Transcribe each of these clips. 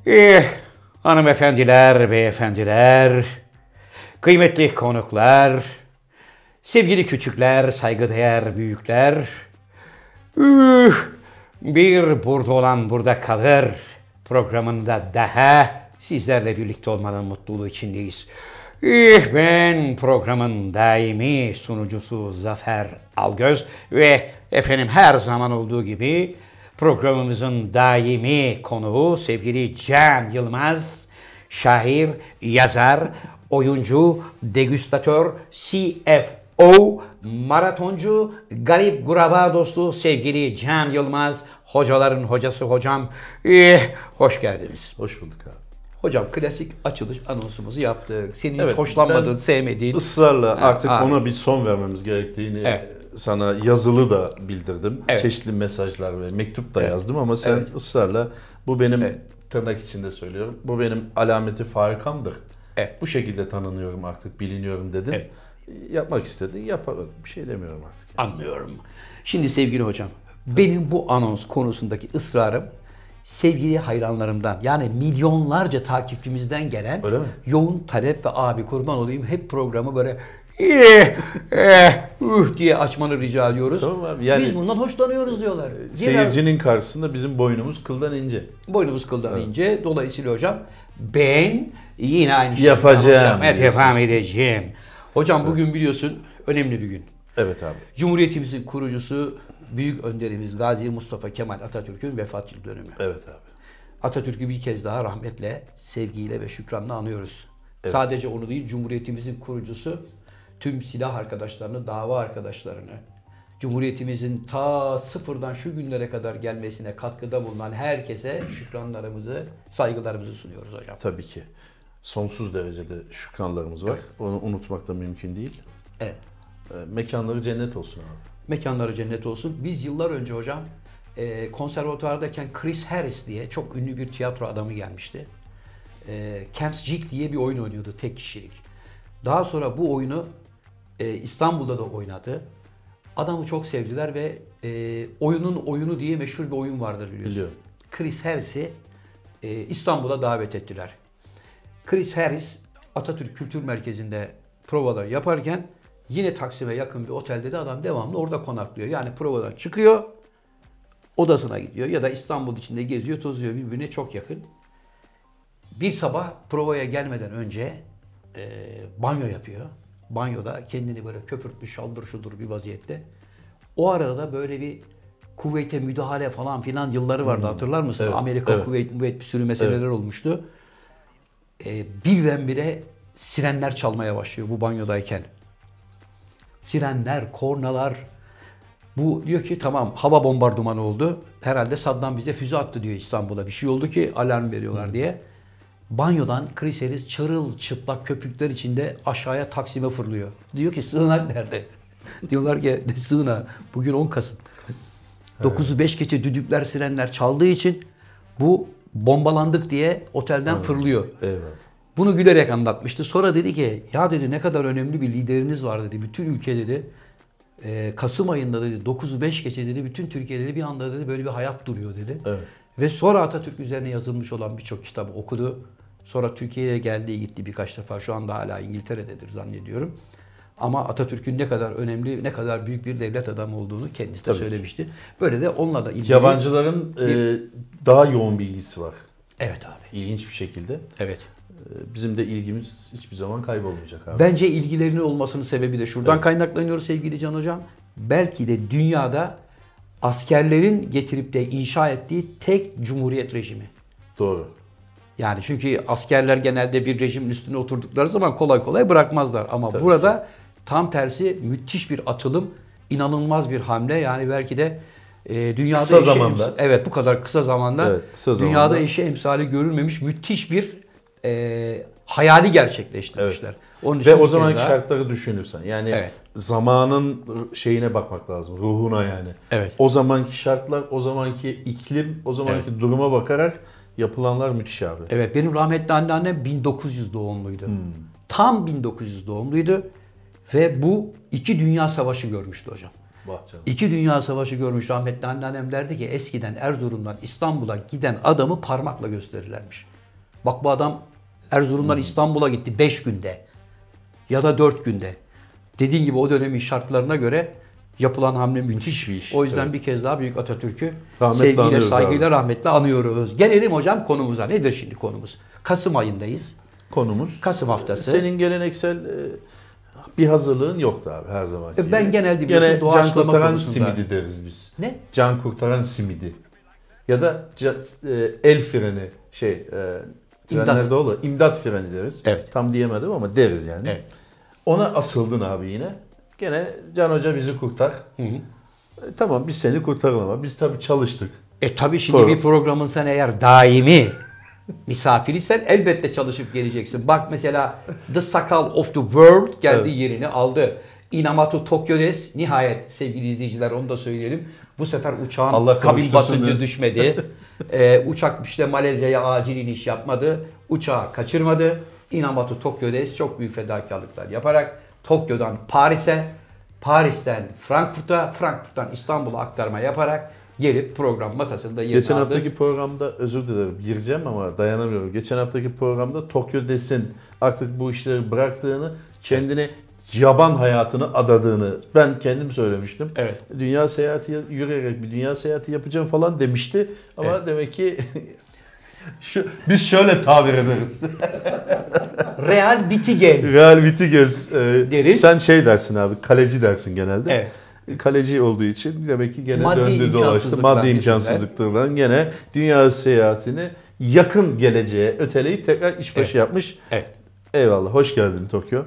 Eh, Hanımefendiler, beyefendiler, kıymetli konuklar, sevgili küçükler, saygıdeğer büyükler, bir burada olan burada kalır programında daha sizlerle birlikte olmanın mutluluğu içindeyiz. Ben programın daimi sunucusu Zafer Algöz ve efendim her zaman olduğu gibi programımızın daimi konuğu sevgili Can Yılmaz, şair, yazar, oyuncu, degüstatör, CFO, maratoncu, garip guraba dostu sevgili Can Yılmaz, hocaların hocası hocam. Hoş geldiniz. Hoş bulduk abi. Hocam klasik açılış anonsumuzu yaptık. Senin Evet, hiç hoşlanmadığın, sevmediğin. Israrla artık abi. ona bir son vermemiz gerektiğini Evet. sana yazılı da bildirdim. Evet. Çeşitli mesajlar ve mektup da Evet. yazdım ama sen Evet. ısrarla bu benim Evet. tırnak içinde söylüyorum. Bu benim alameti farikamdır. Evet. Bu şekilde tanınıyorum artık, biliniyorum dedin. Evet. Yapmak istedin, yaparım. Bir şey demiyorum artık. Anlıyorum. Şimdi sevgili hocam, benim bu anons konusundaki ısrarım sevgili hayranlarımdan, yani milyonlarca takipçimizden gelen Öyle mi? yoğun talep ve abi kurban olayım hep programı böyle diye açmanı rica ediyoruz. Tamam abi, yani biz bundan hoşlanıyoruz diyorlar. Seyircinin karşısında bizim boynumuz kıldan ince. Boynumuz kıldan ince. Dolayısıyla hocam ben yine aynı şeyi Yapacağım. devam edeceğim. Hocam bugün biliyorsun önemli bir gün. Evet abi. Cumhuriyetimizin kurucusu, büyük önderimiz Gazi Mustafa Kemal Atatürk'ün vefat yıl dönümü. Evet abi. Atatürk'ü bir kez daha rahmetle, sevgiyle ve şükranla anıyoruz. Evet. Sadece onu değil, Cumhuriyetimizin kurucusu, tüm silah arkadaşlarını, dava arkadaşlarını, Cumhuriyetimizin ta sıfırdan şu günlere kadar gelmesine katkıda bulunan herkese şükranlarımızı, saygılarımızı sunuyoruz hocam. Tabii ki. Sonsuz derecede şükranlarımız var. Onu unutmak da mümkün değil. Evet. Mekanları cennet olsun abi. Mekanları cennet olsun. Biz yıllar önce hocam konservatuvardayken Chris Harris diye çok ünlü bir tiyatro adamı gelmişti. Camp Jig diye bir oyun oynuyordu, tek kişilik. Daha sonra bu oyunu İstanbul'da da oynadı. Adamı çok sevdiler ve oyunun oyunu diye meşhur bir oyun vardır biliyorsun. Biliyorum. Chris Harris'i İstanbul'a davet ettiler. Chris Harris Atatürk Kültür Merkezi'nde provalar yaparken yine Taksim'e yakın bir otelde de adam devamlı orada konaklıyor. Yani provadan çıkıyor, odasına gidiyor ya da İstanbul içinde geziyor, tozuyor, birbirine çok yakın. Bir sabah provaya gelmeden önce banyo yapıyor. Banyoda kendini böyle köpürtmüş, şaldır şudur bir vaziyette. O arada da böyle bir Kuveyt'e müdahale falan filan yılları vardı, hatırlar mısın? Evet, Amerika, evet. Kuveyt bir sürü meseleler olmuştu. Birdenbire sirenler çalmaya başlıyor bu banyodayken. Sirenler, kornalar. Bu diyor ki tamam, hava bombardımanı oldu. Herhalde Saddam bize füze attı diyor İstanbul'a. Bir şey oldu ki alarm veriyorlar diye. Banyodan Chris Harris çırılçıplak köpükler içinde aşağıya Taksim'e fırlıyor. Diyor ki sığınak nerede? Diyorlar ki ne sığınağı? Bugün 10 Kasım. 9'u 5 geçe düdükler, sirenler çaldığı için bu bombalandık diye otelden fırlıyor. Eyvallah. Bunu gülerek anlatmıştı. Sonra dedi ki ya dedi ne kadar önemli bir lideriniz var dedi. Bütün ülke dedi. Kasım ayında dedi 9'u 5 geçe dedi bütün Türkiye'de dedi, bir anda dedi böyle bir hayat duruyor dedi. Evet. Ve sonra Atatürk üzerine yazılmış olan birçok kitabı okudu. Sonra Türkiye'ye geldi gitti birkaç defa. Şu anda hala İngiltere'dedir zannediyorum. Ama Atatürk'ün ne kadar önemli, ne kadar büyük bir devlet adamı olduğunu kendisi de Tabii söylemişti. Böyle de onunla da ilgili... Yabancıların daha yoğun bir ilgisi var. Evet abi. İlginç bir şekilde. Evet. Bizim de ilgimiz hiçbir zaman kaybolmayacak abi. Bence ilgilerinin olmasının sebebi de şuradan kaynaklanıyor sevgili Can Hocam. Belki de dünyada askerlerin getirip de inşa ettiği tek cumhuriyet rejimi. Doğru. Yani çünkü askerler genelde bir rejimin üstüne oturdukları zaman kolay kolay bırakmazlar. Ama Tabii burada tam tersi müthiş bir atılım, inanılmaz bir hamle. Yani belki de dünyada Kısa zamanda. Evet, bu kadar kısa zamanda, Evet, kısa dünyada zamanda. eşi emsali görülmemiş müthiş bir hayali gerçekleştirmişler. Evet. Onun için Ve bir o kez zamanki daha- şartları düşünürsen. Yani Evet. zamanın şeyine bakmak lazım. Ruhuna yani. Evet. O zamanki şartlar, o zamanki iklim, o zamanki duruma bakarak yapılanlar müthiş abi. Evet, benim rahmetli anneannem 1900 doğumluydu. Tam 1900 doğumluydu ve bu 2 Dünya Savaşı görmüştü hocam. Vah canım. 2 Dünya Savaşı görmüş rahmetli anneannem derdi ki eskiden Erzurum'dan İstanbul'a giden adamı parmakla gösterirlermiş. Bak bu adam Erzurum'dan İstanbul'a gitti 5 günde ya da 4 günde. Dediğin gibi o dönemin şartlarına göre yapılan hamle müthiş bir iş. O yüzden Evet. bir kez daha Büyük Atatürk'ü Rahmetle sevgiyle, anıyoruz saygıyla, abi. rahmetle anıyoruz. Gelelim hocam konumuza. Nedir şimdi konumuz? Kasım ayındayız. Konumuz. Kasım haftası. Senin geleneksel bir hazırlığın yoktu abi her zaman. Ben genelde gene biliyorsun can doğaçlama kurtaran konusunda. simidi deriz biz. Ne? Can kurtaran simidi. Ya da el freni trenlerde olur. İmdat freni deriz. Evet. Tam diyemedim ama deriz yani. Evet. Ona asıldın abi yine. Gene Can Hoca bizi kurtar. Hı hı. Tamam biz seni kurtaralım ama biz tabii çalıştık. Tabii şimdi Doğru. bir programın sen eğer daimi misafiriysen elbette çalışıp geleceksin. Bak mesela The Sakal of the World geldi Evet. yerini aldı. Inamatu Tokyo Des nihayet sevgili izleyiciler onu da söyleyelim. Bu sefer uçağın Allah kabin kavuştursun basıncı ya. düşmedi. Uçak işte Malezya'ya acil iniş yapmadı. Uçağı kaçırmadı. Inamatu Tokyo Des çok büyük fedakarlıklar yaparak Tokyo'dan Paris'e, Paris'ten Frankfurt'a, Frankfurt'tan İstanbul'a aktarma yaparak gelip program masasında yerini Geçen aldı. haftaki programda özür dilerim gireceğim ama dayanamıyorum. Geçen haftaki programda Tokyo Des'in artık bu işleri bıraktığını, kendine yaban hayatını adadığını ben kendim söylemiştim. Evet. Dünya seyahati yürüyerek bir dünya seyahati yapacağım falan demişti. Ama Evet. demek ki biz şöyle tabir ederiz. Real Bitigez. Real Vitigez. Deriz. Sen şey dersin abi, kaleci dersin genelde. Evet. Kaleci olduğu için demek ki gene Maddi döndü dolaştı. imkansızlıklar Maddi yüzünden. imkansızlıklardan gene dünya seyahatini yakın geleceğe öteleyip tekrar işbaşı yapmış. Evet. Eyvallah. Hoş geldin Tokyo.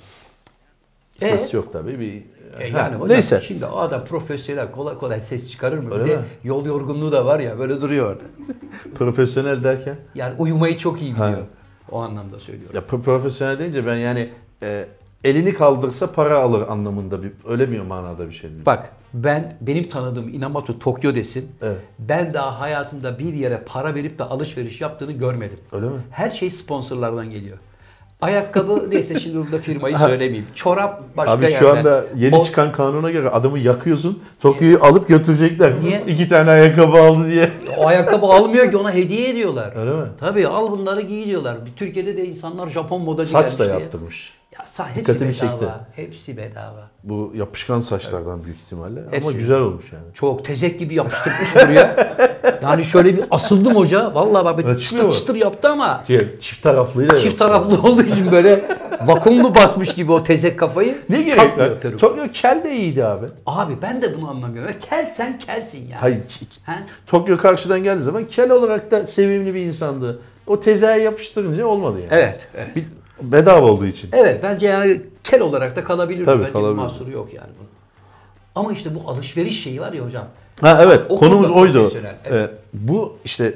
Ses yok tabii. Yani hocam, neyse. şimdi o adam profesyonel kolay kolay ses çıkarır mı? Öyle Bir de mi? yol yorgunluğu da var ya böyle duruyor orada. Profesyonel derken? Yani uyumayı çok iyi biliyor. Ha. O anlamda söylüyorum. Ya profesyonel deyince ben yani elini kaldırsa para alır anlamında öyle bir manada bir şey değil. Bak benim tanıdığım Inamatu Tokyo Des'in Evet. ben daha hayatımda bir yere para verip de alışveriş yaptığını görmedim. Öyle mi? Her şey sponsorlardan geliyor. Ayakkabı neyse şimdi burada firmayı söylemeyeyim. Çorap başka Abi yerden. şu anda yeni O- çıkan kanuna göre adamı yakıyorsun. Tokyo'yu alıp götürecekler. Niye? 2 tane ayakkabı aldı diye. O ayakkabı almıyor ki ona hediye ediyorlar. Öyle mi? Tabii al bunları giy diyorlar. Türkiye'de de insanlar Japon modacı Saç gelmiş da diye. yaptırmış. Ya hepsi Dikkatimi bedava. çekti. Hepsi bedava. Bu yapışkan saçlardan büyük ihtimalle. Ama Hepsi. güzel olmuş yani. Çok tezek gibi yapıştırmış buraya. Yani şöyle bir asıldım hoca. Vallahi bak bir Açmıyor çıtır mu? çıtır yaptı ama Çift taraflıyla çift taraflı olduğu için böyle vakumlu basmış gibi o tezek kafayı. Ne gerek kalkmıyor var? peruk. Tokyo kel de iyiydi abi. Abi ben de bunu anlamıyorum. Ya kelsen kelsin yani. Hayır. Ha? Tokyo karşıdan geldiği zaman kel olarak da sevimli bir insandı. O tezeye yapıştırınca olmadı yani. Evet. Evet. Bedava olduğu için. Evet bence yani kel olarak da kalabilir. Tabii, Bence kalabilir. bir mahsuru yok yani bunun. Ama işte bu alışveriş şeyi var ya hocam. Ha evet, O konumuz konuda oydu. profesyonel, evet. Bu işte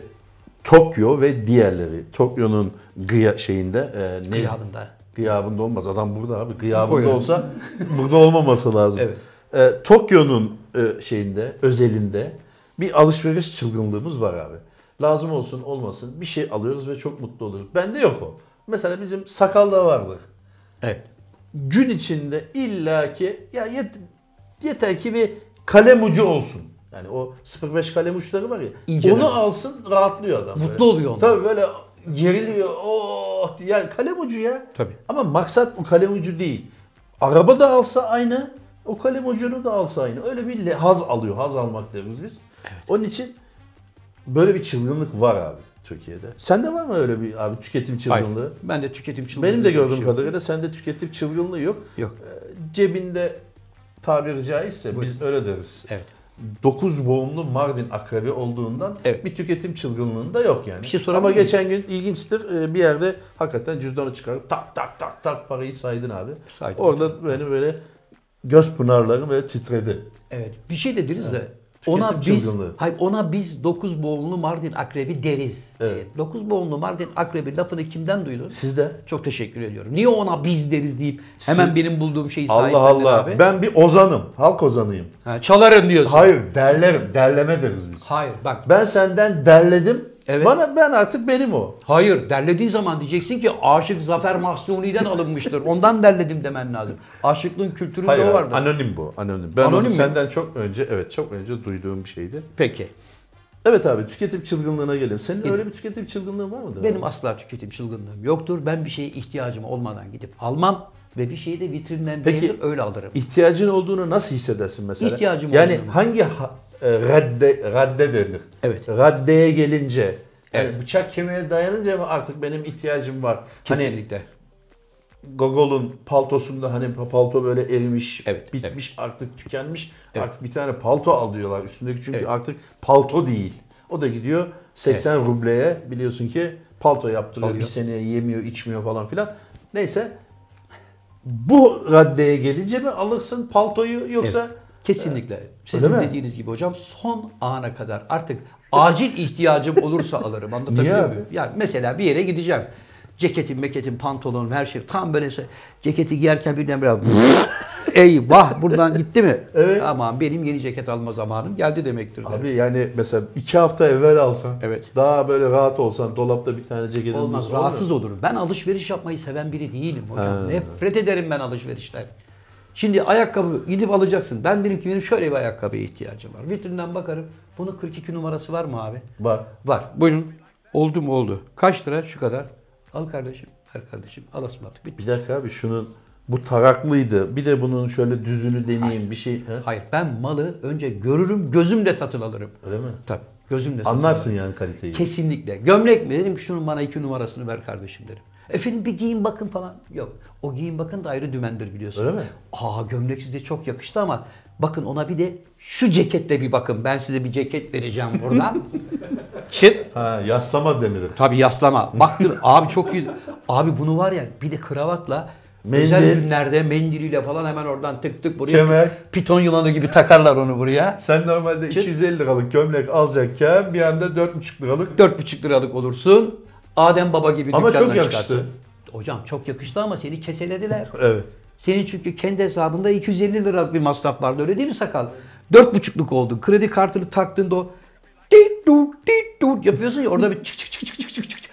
Tokyo ve diğerleri. Tokyo'nun şeyinde Gıyabında. gıyabında olmaz. Adam burada abi. Gıyabında O yani. olsa burada olmaması lazım. Evet. Tokyo'nun şeyinde, özelinde bir alışveriş çılgınlığımız var abi. Lazım olsun olmasın bir şey alıyoruz ve çok mutlu oluyoruz. Bende yok o. Mesela bizim sakalda vardır. Evet. Gün içinde illaki ya yeter ki bir kalem ucu olsun. Yani o 0.5 kalem uçları var ya. İnce onu kalem. alsın rahatlıyor adam. Mutlu böyle. oluyor ondan. Tabii böyle geriliyor. Oh yani kalem ucu ya. Tabii. Ama maksat o kalem ucu değil. Araba da alsa aynı. O kalem ucunu da alsa aynı. Öyle bir haz alıyor. Haz almak deriz biz. Evet. Onun için böyle bir çılgınlık var abi Türkiye'de. Sende var mı öyle bir abi tüketim çılgınlığı? Hayır. Ben de tüketim çılgınlığı. Benim de diye bir gördüğüm şey yok. kadarıyla sende tüketim çılgınlığı yok. Yok. Cebinde tabiri caizse biz öyle deriz. Evet. 9 boğumlu Mardin akrebi olduğundan Evet. bir tüketim çılgınlığında yok yani. Bir şey sorabilir Ama miyim? geçen gün ilginçtir bir yerde hakikaten cüzdanı çıkarıp tak tak tak tak parayı saydın abi. Saydım. Orada benim böyle göz pınarlarım böyle titredi. Evet. Bir şey dediniz de Tüketim ona biz çılgınlığı. hayır ona biz 9 boğumlu Mardin akrebi deriz. Evet. 9 boğumlu Mardin akrebi lafını kimden duydun? Sizde? Çok teşekkür ediyorum. Niye ona biz deriz deyip hemen Siz- benim bulduğum şeyi Allah sahiplendin Allah. abi? Ben bir ozanım. Halk ozanıyım. Ha, çalarım diyorsun. Hayır derlerim. Derleme deriz biz. Hayır bak. Ben senden derledim. Evet. Ben artık benim o. Hayır derlediğin zaman diyeceksin ki Aşık Zafer Mahsuni'den alınmıştır. Ondan derledim demen lazım. Aşıklığın kültüründe Hayır, o vardır. anonim bu. Anonim. Ben Anonim onu mi? senden çok önce duyduğum bir şeydi. Peki. Evet abi, tüketim çılgınlığına gelelim. Senin Gelelim. öyle bir tüketim çılgınlığın var mıdır? Benim abi? asla tüketim çılgınlığım yoktur. Ben bir şeye ihtiyacım olmadan gidip almam ve bir şeyi de vitrinden Peki, beğenir öyle alırım. İhtiyacın olduğunu nasıl hissedersin mesela? İhtiyacım yani olduğunu. hangi radde denir? Evet. Raddeye gelince, yani Evet. bıçak kemiğe dayanınca mı artık benim ihtiyacım var? Hani Kesinlikle. Gogol'un paltosunda hani palto böyle erimiş, Evet, bitmiş, artık tükenmiş. Evet. Artık bir tane palto al diyorlar üstündeki, çünkü Evet. artık palto değil. O da gidiyor 80 rubleye, biliyorsun ki palto yaptırıyor. Alıyor. Bir seneye yemiyor, içmiyor falan filan. Neyse, bu raddeye gelince mi alırsın paltoyu, yoksa Kesinlikle. Sizin mi? dediğiniz gibi hocam son ana kadar artık acil ihtiyacım olursa alırım. Niye Anlatabiliyor abi? muyum? Yani mesela bir yere gideceğim. Ceketim, pantolonum, her şey. Tam böyle ceketi giyerken birden biraz eyvah buradan gitti mi? Evet. Aman benim yeni ceket alma zamanım geldi demektir. derim. abi yani mesela 2 hafta evvel alsan, Evet. daha böyle rahat olsan, dolapta bir tane ceketin Olmaz, olsa, rahatsız olurum. Ben alışveriş yapmayı seven biri değilim hocam. Ha. Nefret ederim ben alışverişler. Şimdi ayakkabı gidip alacaksın. Ben dedim ki benim şöyle bir ayakkabıya ihtiyacım var. Vitrinden bakarım. Bunun 42 numarası var mı abi? var. Var. Buyurun. Oldu mu oldu. Kaç lira? Şu kadar. Al kardeşim. Ver kardeşim. Al ısmarladık. Bitti. Bir dakika abi, şunun bu taraklıydı. Bir de bunun şöyle düzünü deneyeyim, bir şey. He? Hayır, ben malı önce görürüm, gözümle satın alırım. Öyle mi? Tabii. Gözümle satın Anlarsın alırım. yani kaliteyi. Kesinlikle. Gömlek mi? Dedim ki şunun bana 2 numarasını ver kardeşim derim. Efendim bir giyin bakın falan. Yok. O giyin bakın da ayrı dümendir biliyorsun. Öyle mi? Gömlek size çok yakıştı ama bakın ona bir de şu ceketle bir bakın. Ben size bir ceket vereceğim buradan. Çıt. Ha, yaslama denir. Tabii yaslama. Baktın abi çok iyi. Abi bunu var ya bir de kravatla özel Mendil. ürünlerde mendiliyle falan hemen oradan tık tık buraya Kemer. piton yılanı gibi takarlar onu buraya. Sen normalde Çıt. 250 liralık gömlek alacakken bir anda 4,5 liralık. 4,5 liralık olursun. Adem Baba gibi Ama dükkandan çok yakıştı. çıkartırsın. Hocam çok yakıştı ama seni keselediler. Evet. Senin çünkü kendi hesabında 250 liralık bir masraf vardı öyle değil mi sakal? 4,5'luk oldu. Kredi kartını taktığında o dit dut dit dut yapıyorsun ya orada bir çık çık çık çık çık çık çık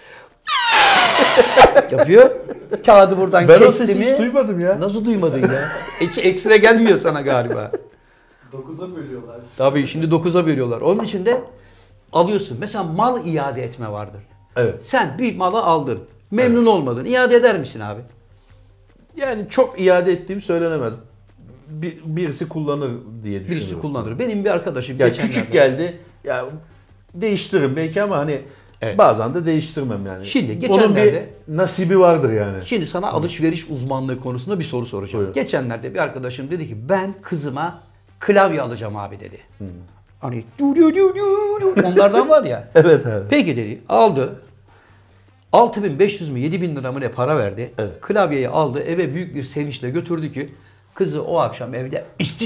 yapıyor. Kağıdı buradan Ben o kesti sesi mi? hiç duymadım ya. Nasıl duymadın ya? Hiç ekstra gelmiyor sana galiba. 9'a bölüyorlar. Tabii şimdi 9'a veriyorlar. Onun için de alıyorsun. Mesela mal iade etme vardır. Evet. Sen bir malı aldın. Memnun olmadın. İade eder misin abi? Yani çok iade ettiğim söylenemez. Birisi kullanır diye düşünüyorum. Birisi kullanır. Benim bir arkadaşım Ya geçenlerde- küçük geldi. Ya değiştiririm belki ama hani Evet. bazen de değiştirmem yani. Şimdi Onun geçenlerde- bir nasibi vardır yani. Şimdi sana alışveriş uzmanlığı konusunda bir soru soracağım. Buyurun. Geçenlerde bir arkadaşım dedi ki ben kızıma klavye alacağım abi dedi. Hani onlardan var ya. Evet abi. Peki dedi aldı. 6.500 mü 7.000 lira mı ne para verdi. Evet. Klavyeyi aldı eve büyük bir sevinçle götürdü ki kızı o akşam evde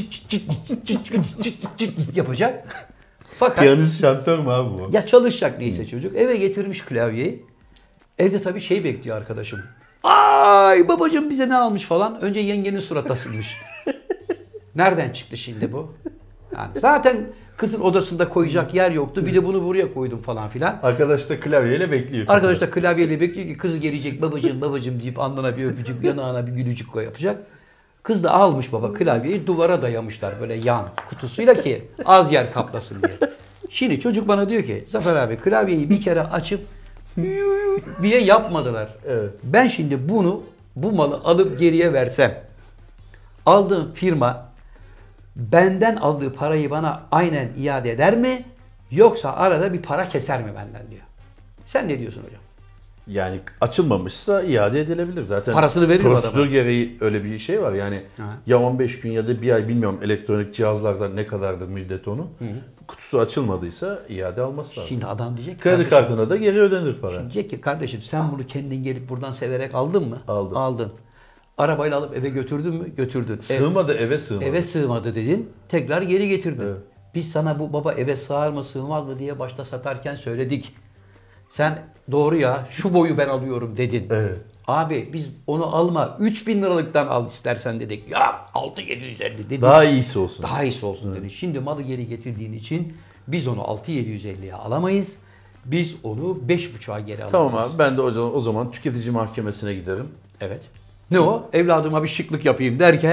yapacak. Fakat Piyanist şantör mü abi bu? ya çalışacak neyse çocuk. Eve getirmiş klavyeyi. Evde tabii şey bekliyor arkadaşım. Ay babacığım bize ne almış falan. Önce yengenin suratı asılmış. Nereden çıktı şimdi bu? Yani zaten kızın odasında koyacak yer yoktu. Bir de bunu buraya koydum falan filan. Arkadaş da klavyeyle bekliyor. Arkadaş da klavyeyle bekliyor ki kızı gelecek babacığım deyip alnına bir öpücük yanağına bir gülücük koy yapacak. Kız da almış baba klavyeyi duvara dayamışlar böyle yan kutusuyla ki az yer kaplasın diye. Şimdi çocuk bana diyor ki Zafer abi klavyeyi bir kere açıp diye yapmadılar. Evet. Ben şimdi bu malı alıp geriye versem aldığım firma benden aldığı parayı bana aynen iade eder mi? Yoksa arada bir para keser mi benden diyor. Sen ne diyorsun hocam? Yani açılmamışsa iade edilebilir. Zaten Parasını verir prosedür adama. gereği öyle bir şey var. Yani Ha. ya 15 gün ya da bir ay, bilmiyorum elektronik cihazlarda ne kadardır müddet onun. Kutusu açılmadıysa iade alması lazım. Şimdi adam diyecek ki Kredi kardeşim, kartına da geri ödenir para. diyecek ki kardeşim sen bunu kendin gelip buradan severek aldın mı? Aldım. Aldın. Arabayla alıp eve götürdün mü? Götürdün. Sığmadı, eve sığmadı. Eve sığmadı dedin. Tekrar geri getirdin. Evet. Biz sana bu baba eve sığar mı sığmaz mı diye başta satarken söyledik. Sen doğru ya şu boyu ben alıyorum dedin. Evet. Abi biz onu alma 3.000 liralıktan al istersen dedik. Ya 6.750 dedik. Daha iyisi olsun. Daha iyisi olsun dedi. Şimdi malı geri getirdiğin için biz onu 6.750'ye alamayız. Biz onu 5.5'a geri alamayız. Tamam abi, ben de o zaman tüketici mahkemesine giderim. Evet. Ne o? Evladıma bir şıklık yapayım derken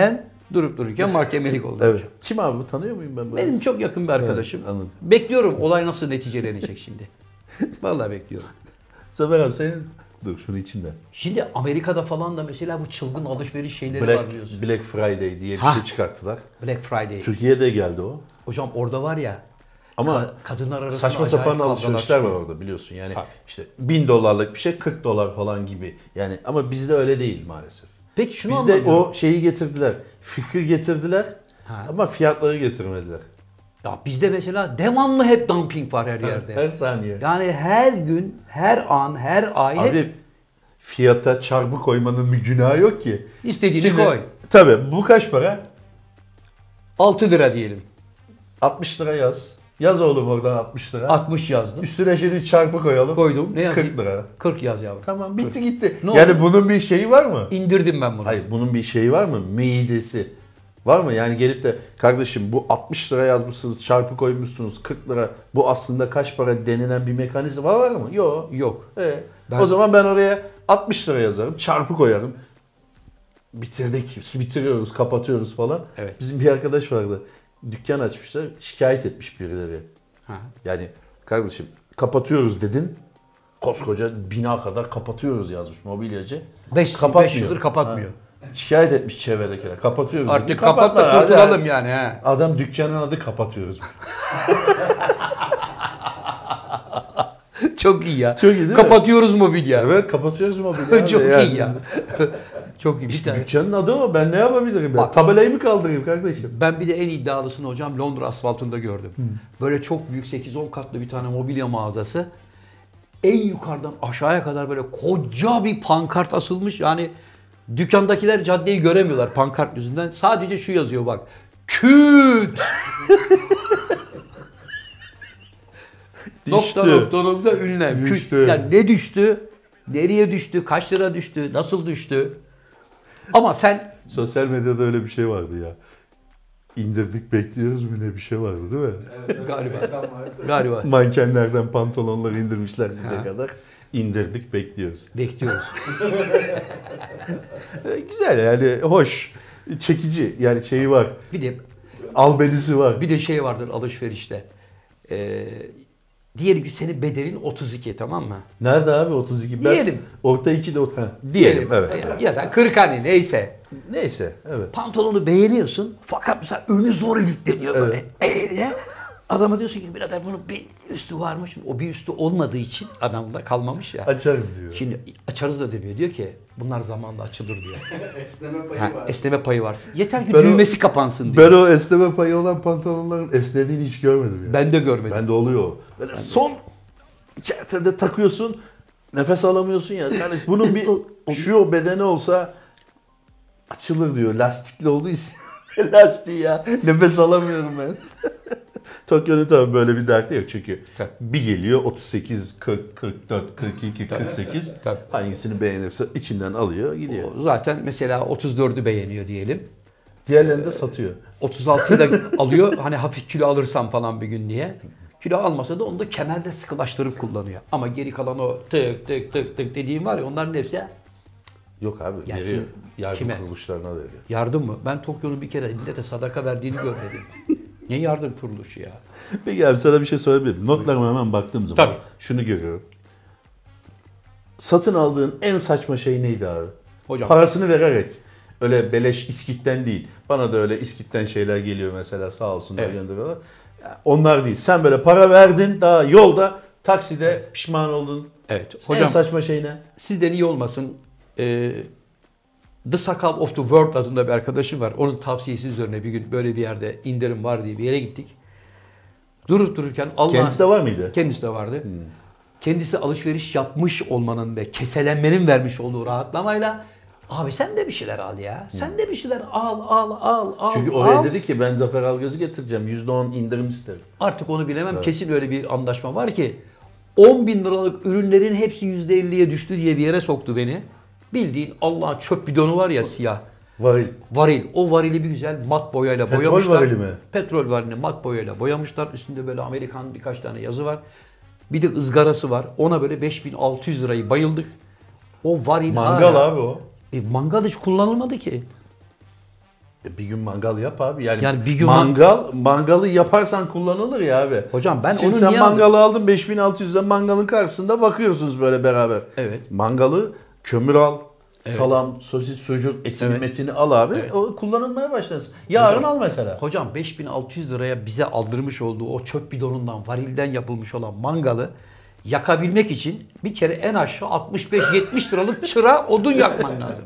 Durup dururken mahkemelik oldu. Evet. Kim abi bu? Tanıyor muyum ben böyle? Benim çok yakın bir arkadaşım. Evet, anladım. Bekliyorum olay nasıl neticelenecek şimdi. Vallahi bekliyorum. Zafer abi senin... Dur şunu içimden. Şimdi Amerika'da falan da mesela bu çılgın alışveriş şeyleri var biliyorsun. Black Friday diye bir Ha. şey çıkarttılar. Black Friday. Türkiye'de geldi o. Hocam orada var ya Ama kadınlar arasında saçma acayip sapan kavgalar alışverişler var çıkıyor. orada biliyorsun. Yani Tabii. işte $1000'lık bir şey 40 dolar falan gibi. Yani ama bizde öyle değil maalesef. Peki şunu Bizde anlamıyorum. o şeyi getirdiler. Fikri getirdiler Ha. ama fiyatları getirmediler. Ya bizde mesela devamlı hep dumping var her yerde. Her saniye. Yani her gün, her an, her ay hep Abi fiyata çarpı koymanın bir günahı yok ki. istediğini Şimdi, koy. Tabii bu kaç para? 6 lira diyelim. 60 lira yaz. Yaz oğlum oradan 60 lira. 60 yazdım. Üstüne şimdi çarpı koyalım. Koydum. Ne yazayım? 40 lira. 40 yaz yavrum. Tamam bitti gitti. Ne yani oldu? bunun bir şeyi var mı? İndirdim ben bunu. Hayır bunun bir şeyi var mı? Meidesi. Var mı? Yani gelip de kardeşim bu 60 lira yazmışsınız çarpı koymuşsunuz 40 lira. Bu aslında kaç para denilen bir mekanizma var mı? Yok. Yok. O zaman ben oraya 60 lira yazarım. Çarpı koyarım. Bitiriyoruz, kapatıyoruz falan. Evet. Bizim bir arkadaş vardı. Dükkan açmışlar. Şikayet etmiş birileri. Ha. Yani kardeşim kapatıyoruz dedin. Koskoca bina kadar kapatıyoruz yazmış mobilyacı. 5 yıldır kapatmıyor. Şikayet etmiş çevredekiler. Kapatıyoruz. Artık dedi. kapat da Kapatma, kurtulalım hadi. yani. He. Adam dükkanın adı kapatıyoruz. Çok iyi ya. Çok iyi değil mi? Kapatıyoruz mobilya. Evet kapatıyoruz mobilya. Çok Yani. iyi ya. Çok iyi. Bir tane. Dükkanın adı o. Ben ne yapabilirim? Bak. Tabelayı mı kaldırayım kardeşim? Ben bir de en iddialısını hocam Londra asfaltında gördüm. Böyle çok büyük 8-10 katlı bir tane mobilya mağazası. En yukarıdan aşağıya kadar böyle koca bir pankart asılmış. Yani dükkandakiler caddeyi göremiyorlar pankart yüzünden. Sadece şu yazıyor bak. Küt! nokta ünlem. Küt. Düştü. Yani ne düştü? Nereye düştü? Kaç lira düştü? Nasıl düştü? Ama sen Sosyal medyada öyle bir şey vardı ya. İndirdik bekliyoruz mu ne bir şey vardı değil mi? Evet, Galiba. reklam vardı. galiba Mankenlerden pantolonları indirmişler bize Ha. kadar. İndirdik bekliyoruz. bekliyoruz. Güzel yani hoş. Çekici yani şeyi var. Bir de Albenisi var. Bir de şey vardır alışverişte. Diyelim ki senin bedelin 32 tamam mı? Nerede abi 32? Ben Diyelim. Orta 2 de diyelim evet. Ya da 40 hani neyse. Neyse evet. Pantolonu beğeniyorsun fakat mesela önü zor ilikleniyor böyle. Evet. Diye. Adama diyorsun ki birader bunun bir üstü var mı? Şimdi o bir üstü olmadığı için adamda kalmamış ya. Açarız diyor. Şimdi açarız da demiyor. Diyor ki bunlar zamanla açılır diyor. Esneme payı Ha, var. esneme payı var. Yeter ki Ben o- düğmesi kapansın diyor. Ben o esneme payı olan pantolonların esnediğini hiç görmedim ya. Ben de görmedim. Bende oluyor o. Böyle son çertede takıyorsun, nefes alamıyorsun ya. Yani bunun bir şu bedeni olsa açılır diyor. Lastikli olduğu için. Lastiği ya. Nefes alamıyorum ben. Tokyo'nun tabii böyle bir derdi yok çünkü Tabii. bir geliyor 38, 40, 44, 42, 48 Tabii. hangisini beğenirse içinden alıyor gidiyor. O zaten mesela 34'ü beğeniyor diyelim. Diğerlerini de satıyor. 36'yı da alıyor hani hafif kilo alırsam falan bir gün diye. Kilo almasa da onu da kemerde sıkılaştırıp kullanıyor. Ama geri kalan o tık tık tık tık dediğim var ya onların hepsi Yok abi Gelsin. veriyor. Yardım Kime? kuruluşlarına veriyor. yardım mı? Ben Tokyo'nun bir kere millete sadaka verdiğini görmedim. Ne yardım kuruluşu ya? Peki abi sana bir şey söyleyebilir miyim? Notlarıma hemen baktığım zaman Tabii. şunu görüyorum. Satın aldığın en saçma şey neydi abi? Hocam Parasını vererek. Öyle beleş İskit'ten değil. Bana da öyle İskit'ten şeyler geliyor mesela sağ olsunlar Evet. gönderiyorlar. Ya onlar değil. Sen böyle para verdin daha yolda takside pişman oldun. evet. En Hocam saçma şey ne? sizden iyi olmasın. The Sakal of the World adında bir arkadaşım var. Onun tavsiyesi üzerine bir gün böyle bir yerde indirim var diye bir yere gittik. Durup dururken Kendisi de var mıydı? Kendisi de vardı. Kendisi alışveriş yapmış olmanın ve keselenmenin vermiş olduğu rahatlamayla abi sen de bir şeyler al ya. Sen de bir şeyler al. Çünkü oraya dedi ki ben Zafer Algöz'ü getireceğim. %10 indirim isterim. Artık onu bilemem. Evet. Kesin öyle bir anlaşma var ki 10 bin liralık ürünlerin hepsi %50'ye düştü diye bir yere soktu beni. Bildiğin Allah çöp bidonu var ya siyah. Varil. Varil. O varili bir güzel mat boyayla Petrol boyamışlar. varili mi? Petrol varilini mat boyayla boyamışlar. Üstünde böyle Amerikan birkaç tane yazı var. Bir de ızgarası var. Ona böyle 5600 lirayı bayıldık. O varil Mangal hala- abi o. Mangal hiç kullanılmadı ki. Bir gün mangal yap abi. Yani bir gün mangalı yaparsan kullanılır ya abi. Hocam ben Şimdi onu sen niye mangalı aldın 5600'den mangalın karşısında bakıyorsunuz böyle beraber. Evet. Mangalı kömür al. Salam, sosis, sucuk, etini, metini al abi. O kullanılmaya başlasın. Yarın al mesela. Hocam 5600 liraya bize aldırmış olduğu o çöp bidonundan, varilden yapılmış olan mangalı yakabilmek için bir kere en aşağı 65-70 liralık çıra odun yakman lazım.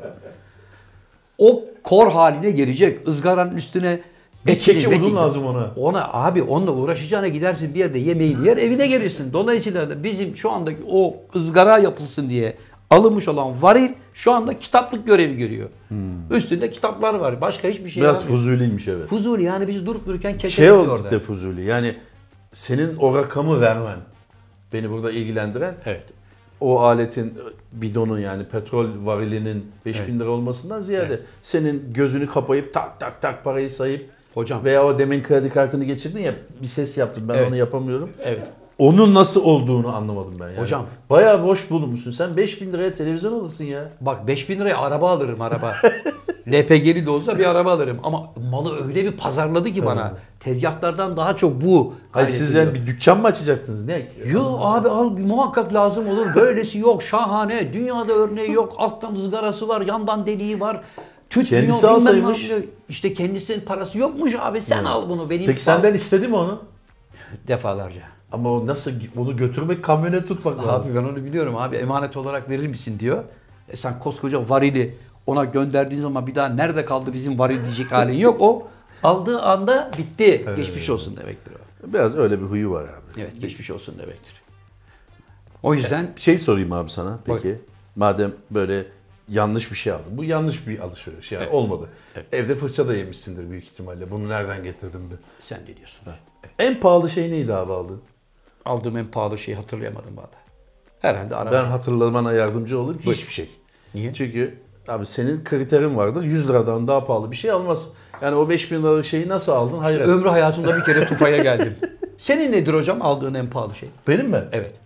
O kor haline gelecek. Izgaranın üstüne Bir çeki odun lazım ona. Onunla uğraşacağına gidersin bir yerde yemeğini yer evine gelirsin. Dolayısıyla da bizim şu andaki o ızgara yapılsın diye alınmış olan varil şu anda kitaplık görevi görüyor. Üstünde kitaplar var. Başka hiçbir şey yok. Biraz fuzuliymiş evet. Fuzuli yani bizi durup dururken keşfediyor orada. Şey oldu de fuzuli. Yani senin o rakamı vermen beni burada ilgilendiren o aletin bidonun yani petrol varilinin 5000 lira olmasından ziyade senin gözünü kapayıp tak tak tak parayı sayıp Hocam veya o demin kredi kartını geçirdin ya bir ses yaptım ben onu yapamıyorum. Evet. Onun nasıl olduğunu anlamadım ben yani. Hocam. Bayağı boş bulunmuşsun. Sen 5000 liraya televizyon alırsın ya. Bak 5000 liraya araba alırım araba. LPG'li de olsa bir araba alırım. Ama malı öyle bir pazarladı ki bana. Tezgahlardan daha çok bu. Hayır siz yani bir dükkan mı açacaktınız? Ne? Yo abi al muhakkak lazım olur. Böylesi yok şahane. Dünyada örneği yok. Alttan ızgarası var. Yandan deliği var. Tütmüyor. Kendisi alsaymış. İşte kendisinin parası yokmuş abi. Sen al bunu. Benim Peki senden istedi mi onu? Defalarca. Ama o nasıl onu götürmek kamyonet tutmak lazım. Abi ben onu biliyorum abi emanet olarak verir misin diyor. Sen koskoca varili ona gönderdiğin zaman bir daha nerede kaldı bizim varil diyecek halin yok. O aldığı anda bitti. Geçmiş olsun demektir o. Biraz öyle bir huyu var abi. Evet geçmiş olsun demektir. O yüzden Bir şey sorayım abi sana peki. Buyur. Madem böyle yanlış bir şey aldın. Bu yanlış bir alışveriş yani olmadı. Evde fırça da yemişsindir büyük ihtimalle. Bunu nereden getirdin ben? sen ne diyorsun? En pahalı şey neydi abi aldın? Aldığım en pahalı şeyi hatırlayamadım valla. Herhalde araba. Ben hatırlamana yardımcı olayım. Hiçbir şey. Niye? Çünkü abi senin kriterin vardır. 100 liradan daha pahalı bir şey almazsın. Yani o 5000 liralık şeyi nasıl aldın? Hayır. Ömrü hayatımda bir kere tufaya geldim. Senin nedir hocam aldığın en pahalı şey? Benim mi? Evet.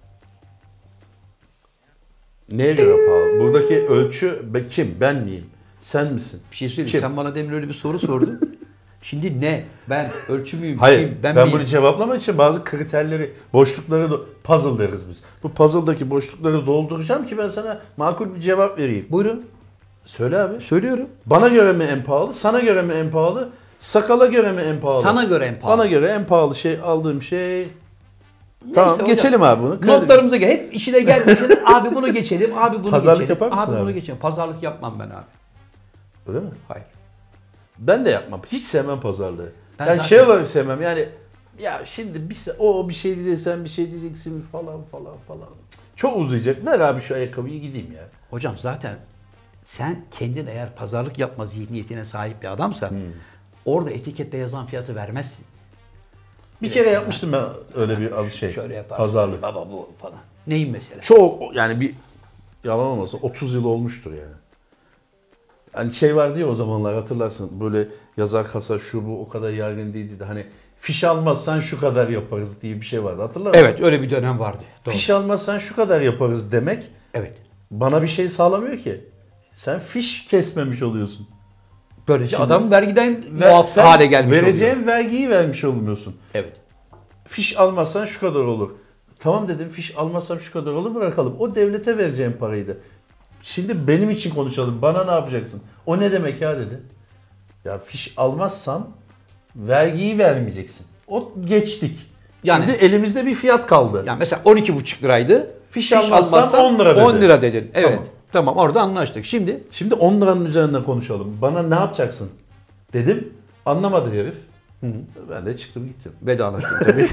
Neye göre pahalı? Buradaki ölçü kim? Ben miyim? Sen misin? Bir şey söyleyeyim. Kim? Sen bana demin öyle bir soru sordun. Şimdi ne? Ben ölçü müyüm? Hayır. Kim? Ben miyim? bunu cevaplamak için bazı kriterleri, boşlukları puzzle deriz biz. Bu puzzle'daki boşlukları dolduracağım ki ben sana makul bir cevap vereyim. Buyurun. Söyle abi. Söylüyorum. Bana göre mi en pahalı? Sana göre mi en pahalı? Sakala göre mi en pahalı? Sana göre en pahalı. Bana göre en pahalı şey aldığım şey... Tamam hocam. geçelim abi bunu. Notlarımıza gel. Hep işine gelmesin. Abi bunu geçelim. Abi bunu Pazarlık geçelim. yapar mısın Abi bunu abi? geçelim. Pazarlık yapmam ben abi. Öyle mi? Hayır. Ben de yapmam. Hiç sevmem pazarlığı. Ben Yani zaten- şey olarak sevmem. Yani ya şimdi o bir şey diyecek, sen bir şey diyeceksin falan falan falan. Çok uzayacak. Ver abi şu ayakkabıyı gideyim ya. Hocam zaten sen kendin eğer pazarlık yapma zihniyetine sahip bir adamsa orada etikette yazan fiyatı vermezsin. Bir kere yapmıştım ben öyle bir şey. Şöyle yaparsın. Pazarlık. Baba bu falan. Neyin mesela? Çok yani bir yalan olmasa 30 yıl olmuştur yani. Hani şey vardı ya o zamanlar hatırlarsın böyle yazar kasa şu bu o kadar yaygın değildi de hani fiş almazsan şu kadar yaparız diye bir şey vardı hatırlar mısın? Evet öyle bir dönem vardı. Doğru. Fiş almazsan şu kadar yaparız demek Evet. bana bir şey sağlamıyor ki. Sen fiş kesmemiş oluyorsun. Böylece Şimdi- adam vergiden muaf Sen hale gelmiş vereceğin oluyor. vergiyi vermiş olmuyorsun. Evet. Fiş almazsan şu kadar olur. Tamam dedim fiş almazsam şu kadar olur bırakalım. O devlete vereceğim paraydı. Şimdi benim için konuşalım. Bana ne yapacaksın? O ne demek ya dedi. Ya fiş almazsam vergiyi vermeyeceksin. O geçtik. Yani- Şimdi elimizde bir fiyat kaldı. Yani mesela 12,5 liraydı. Fiş almazsan 10 lira dedi. 10 lira dedin. Evet. Tamam. Tamam orada anlaştık. Şimdi Şimdi 10 liranın üzerinden konuşalım. Bana ne yapacaksın? Dedim. Anlamadı herif. Ben de çıktım gittim. vedalaştın tabii.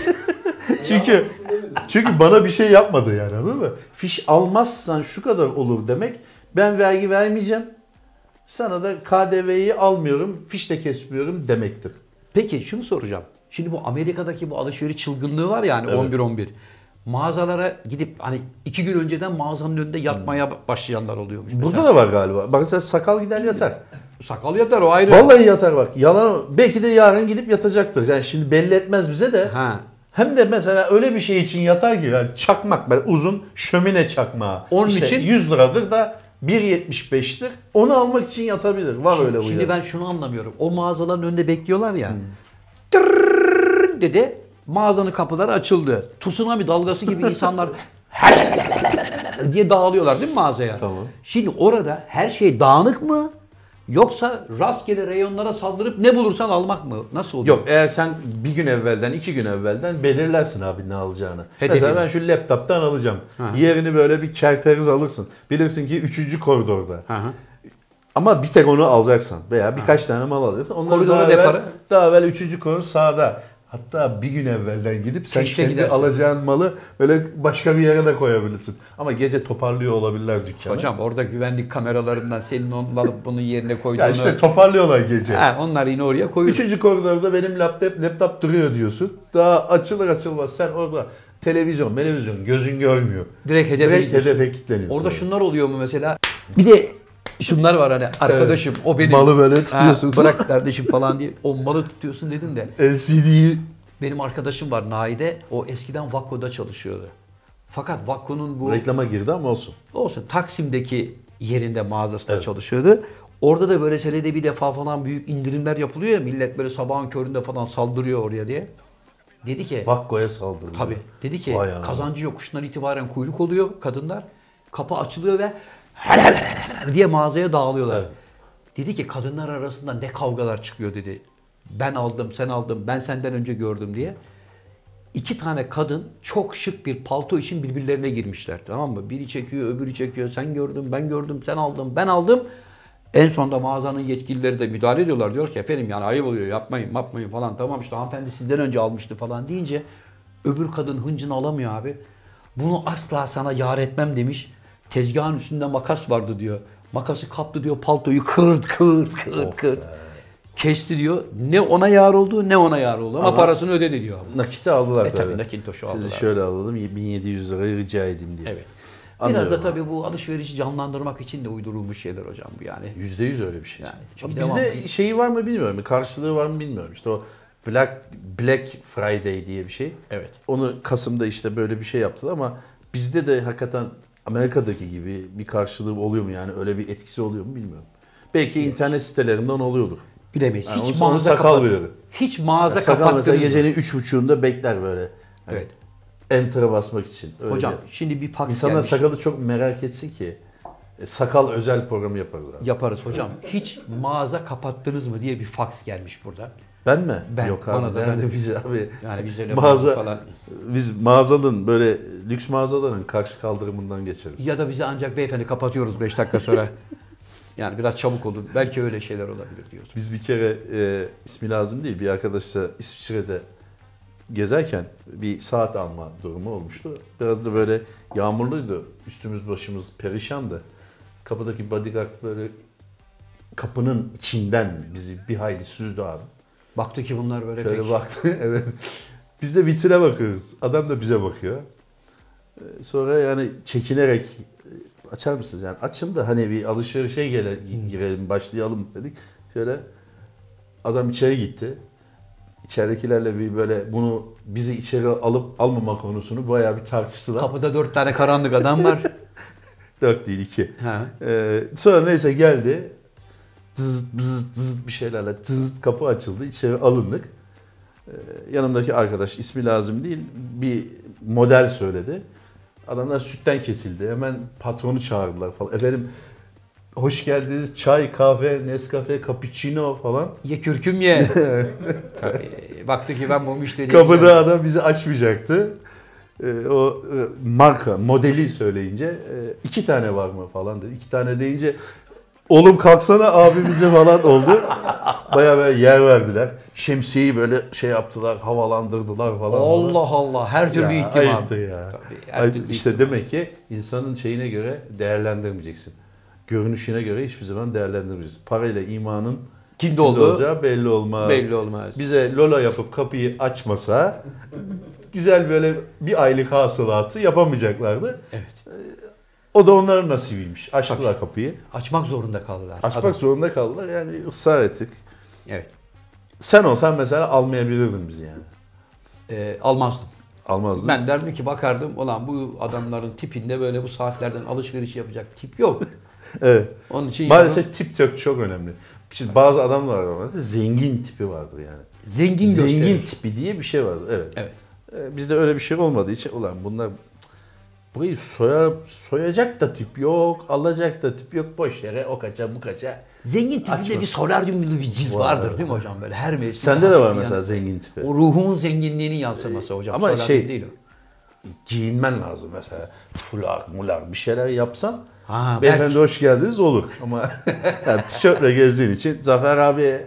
Çünkü bana bir şey yapmadı yani anladın mı? Fiş almazsan şu kadar olur demek. Ben vergi vermeyeceğim. Sana da KDV'yi almıyorum, fiş de kesmiyorum demektir. Peki şunu soracağım. Şimdi bu Amerika'daki bu alışveriş çılgınlığı var yani Evet. 11-11. Mağazalara gidip hani 2 gün önceden mağazanın önünde yatmaya başlayanlar oluyormuş. Burada mesela. da var galiba. Bak sen sakal gider yatar. Sakal yatar o ayrı. Vallahi yatar bak. Yalan. Belki de yarın gidip yatacaktır. Yani şimdi belli etmez bize de. Ha. Hem de mesela öyle bir şey için yatar ki yani çakmak böyle uzun şömine çakmağı. Onun İşte için- 100 liradır da 1.75'tir. Onu almak için yatabilir. Var öyle uyarı. Şimdi ben şunu anlamıyorum. O mağazaların önünde bekliyorlar ya. Tırrrr dedi. Mağazanın kapıları açıldı. Tsunami dalgası gibi insanlar diye dağılıyorlar değil mi mağazaya? Tamam. Şimdi orada her şey dağınık mı? Yoksa rastgele reyonlara saldırıp ne bulursan almak mı? Nasıl oluyor? Yok, eğer sen bir gün evvelden, 2 gün evvelden belirlersin abi ne alacağını. Hedefini. Mesela ben şu laptoptan alacağım. Yerini böyle bir kerteriz alırsın. Bilirsin ki 3. koridorda. Hı hı. Ama bir tek onu alacaksan veya birkaç tane mal alacaksan onları Koridora daha evvel, deparı. daha evvel 3. koridor sağda. Hatta bir gün evvelden gidip sen Keşfe kendi gidersin. alacağın malı böyle başka bir yere de koyabilirsin. Ama gece toparlıyor olabilirler dükkanı. Hocam orada güvenlik kameralarından senin onu alıp bunun yerine koyduğunu... Ya işte toparlıyorlar gece. onlar yine oraya koyuyor. 3. koridorda benim laptop duruyor diyorsun. Daha açılır açılmaz sen orada televizyon gözün görmüyor. Direkt hedefe kilitleniyorsun. Orada şunlar oluyor mu mesela? Bir de şunlar var hani arkadaşım o benim. Malı böyle tutuyorsun. Bırak kardeşim falan diye. O malı tutuyorsun dedin de. LCD'yi Benim arkadaşım var Naide. O eskiden Vakko'da çalışıyordu. Fakat Vakko'nun bu... reklama girdi ama olsun. Olsun. Taksim'deki yerinde mağazasında çalışıyordu. Orada da böyle senede bir defa falan büyük indirimler yapılıyor ya. Millet böyle sabahın köründe falan saldırıyor oraya diye. Dedi ki... Vakko'ya saldırdı. Tabii. Dedi ki Vay anam. kazancı yokuşundan itibaren kuyruk oluyor kadınlar. Kapı açılıyor ve diye mağazaya dağılıyorlar. Evet. Dedi ki kadınlar arasında ne kavgalar çıkıyor dedi. Ben aldım, sen aldın, ben senden önce gördüm diye. 2 tane kadın çok şık bir palto için birbirlerine girmişler, tamam mı? Biri çekiyor, öbürü çekiyor. Sen gördün, ben gördüm, sen aldın, ben aldım. En sonunda mağazanın yetkilileri de müdahale ediyorlar. Diyor ki efendim yani ayıp oluyor, yapmayın falan. Tamam işte hanımefendi sizden önce almıştı falan deyince öbür kadın hıncını alamıyor abi. Bunu asla sana yar etmem demiş. Tezgahın üstünde makas vardı diyor. Makası kaptı diyor, paltoyu kırt. Kesti diyor. Ne ona yar oldu ne ona yar oldu. Ama parasını ödedi diyor. Nakiti aldılar tabii. Tabii nakintoşu aldılar. Sizi şöyle alalım 1700 liraya rica edeyim diye. Evet. Anlıyorum Biraz da abi. tabii bu alışverişi canlandırmak için de uydurulmuş şeyler hocam bu yani. %100 öyle bir şey. Yani Ama çünkü bizde devam- şeyi var mı bilmiyorum. Karşılığı var mı bilmiyorum. İşte o Black Friday diye bir şey. Evet. Onu Kasım'da işte böyle bir şey yaptılar ama bizde de hakikaten Amerika'daki gibi bir karşılığı oluyor mu yani öyle bir etkisi oluyor mu bilmiyorum. Belki internet sitelerinden oluyordur. Bilemeyiz. Yani Hiç onu mağaza sakal kapat. veriyor. Hiç mağaza Sakal mesela kapattınız mı? gecenin 3.30'unda bekler böyle. Hani Evet. Enter'a basmak için. Öyle Hocam bir- şimdi bir fax İnsanlar gelmiş. sakalı çok merak etsin ki sakal özel programı yaparız abi. Yaparız hocam. Hiç mağaza kapattınız mı diye bir fax gelmiş burada. Ben mi? Ben, Yok abi. bana da Nerede ben. biz abi? Yani biz öyle Mağaza falan. Biz mağazalın böyle lüks mağazaların karşı kaldırımından geçeriz. Ya da bize ancak beyefendi kapatıyoruz 5 dakika sonra. Yani biraz çabuk olun. Belki öyle şeyler olabilir diyoruz. Biz bir kere ismi lazım değil bir arkadaşla İsviçre'de gezerken bir saat alma durumu olmuştu. Biraz da böyle yağmurluydu. Üstümüz başımız perişandı. Kapıdaki bodyguard böyle kapının içinden bizi bir hayli süzdü abi. Baktı ki bunlar böyle Şöyle pek... baktı. Evet. Biz de vitrine bakıyoruz. Adam da bize bakıyor. Sonra yani çekinerek açar mısınız? Yani açın da hani bir alışverişe girelim, başlayalım dedik. Şöyle adam içeri gitti. İçeridekilerle bir böyle bunu bizi içeri alıp almama konusunu bayağı bir tartıştılar. Kapıda 4 tane karanlık adam var. 4 değil 2. Ha. Sonra neyse geldi. Zızt bir şeylerle kapı açıldı. İçeri alındık. Yanımdaki arkadaş ismi lazım değil bir model söyledi. Adamlar sütten kesildi. Hemen patronu çağırdılar falan. Efendim hoş geldiniz. Çay, kahve, Nescafe, cappuccino falan. Ye kürküm ye. Tabii, baktı ki ben bu müşteriye... Kapıda adam bizi açmayacaktı. O marka, modeli söyleyince 2 tane var mı falan dedi. 2 tane deyince oğlum kalksana abimize falan oldu. Bayağı böyle yer verdiler. Şemsiyeyi böyle şey yaptılar, havalandırdılar falan. Allah Allah, her türlü Ya, ihtimam. ayıptı ya. Tabii, her türlü İşte ihtimam. demek ki insanın şeyine göre değerlendirmeyeceksin. Görünüşüne göre hiçbir zaman değerlendirmeyeceksin. Parayla imanın Kimde olduğu olacağı belli olmaz. belli olmaz. Bize Lola yapıp kapıyı açmasa güzel böyle bir aylık hasılatı yapamayacaklardı. Evet. O da onların nasibiymiş. Açtılar kapıyı. Açmak zorunda kaldılar. Açmak Adam. zorunda kaldılar. Yani ısrar ettik. Evet. Sen olsan mesela almayabilirdin bizi yani. Almazdım. Almazdın. Ben derdim ki bakardım ulan bu adamların tipinde böyle bu saatlerden alışveriş yapacak tip yok. Evet. Onun için Maalesef tip çok önemli. Şimdi bazı adamlar var mesela zengin tipi vardır yani. zengin gösterir. Tipi diye bir şey vardır. Evet. Evet. Bizde öyle bir şey olmadığı için ulan bunlar burayı soyacak da tip yok, alacak da tip yok. Boş yere o kaça bu kaça. Zengin tipinde Açma. bir solaryum gibi bir cilt vardır değil mi hocam böyle her mevsim. Sende de var mesela zengin tipi. O ruhumun zenginliğinin yansıması hocam. Ama Solaryum şey- değil o. Giyinmen lazım mesela. Fular, mular bir şeyler yapsan. Ha, Beyefendi hoş geldiniz olur. Ama yani tişörtle gezdiğin için Zafer abi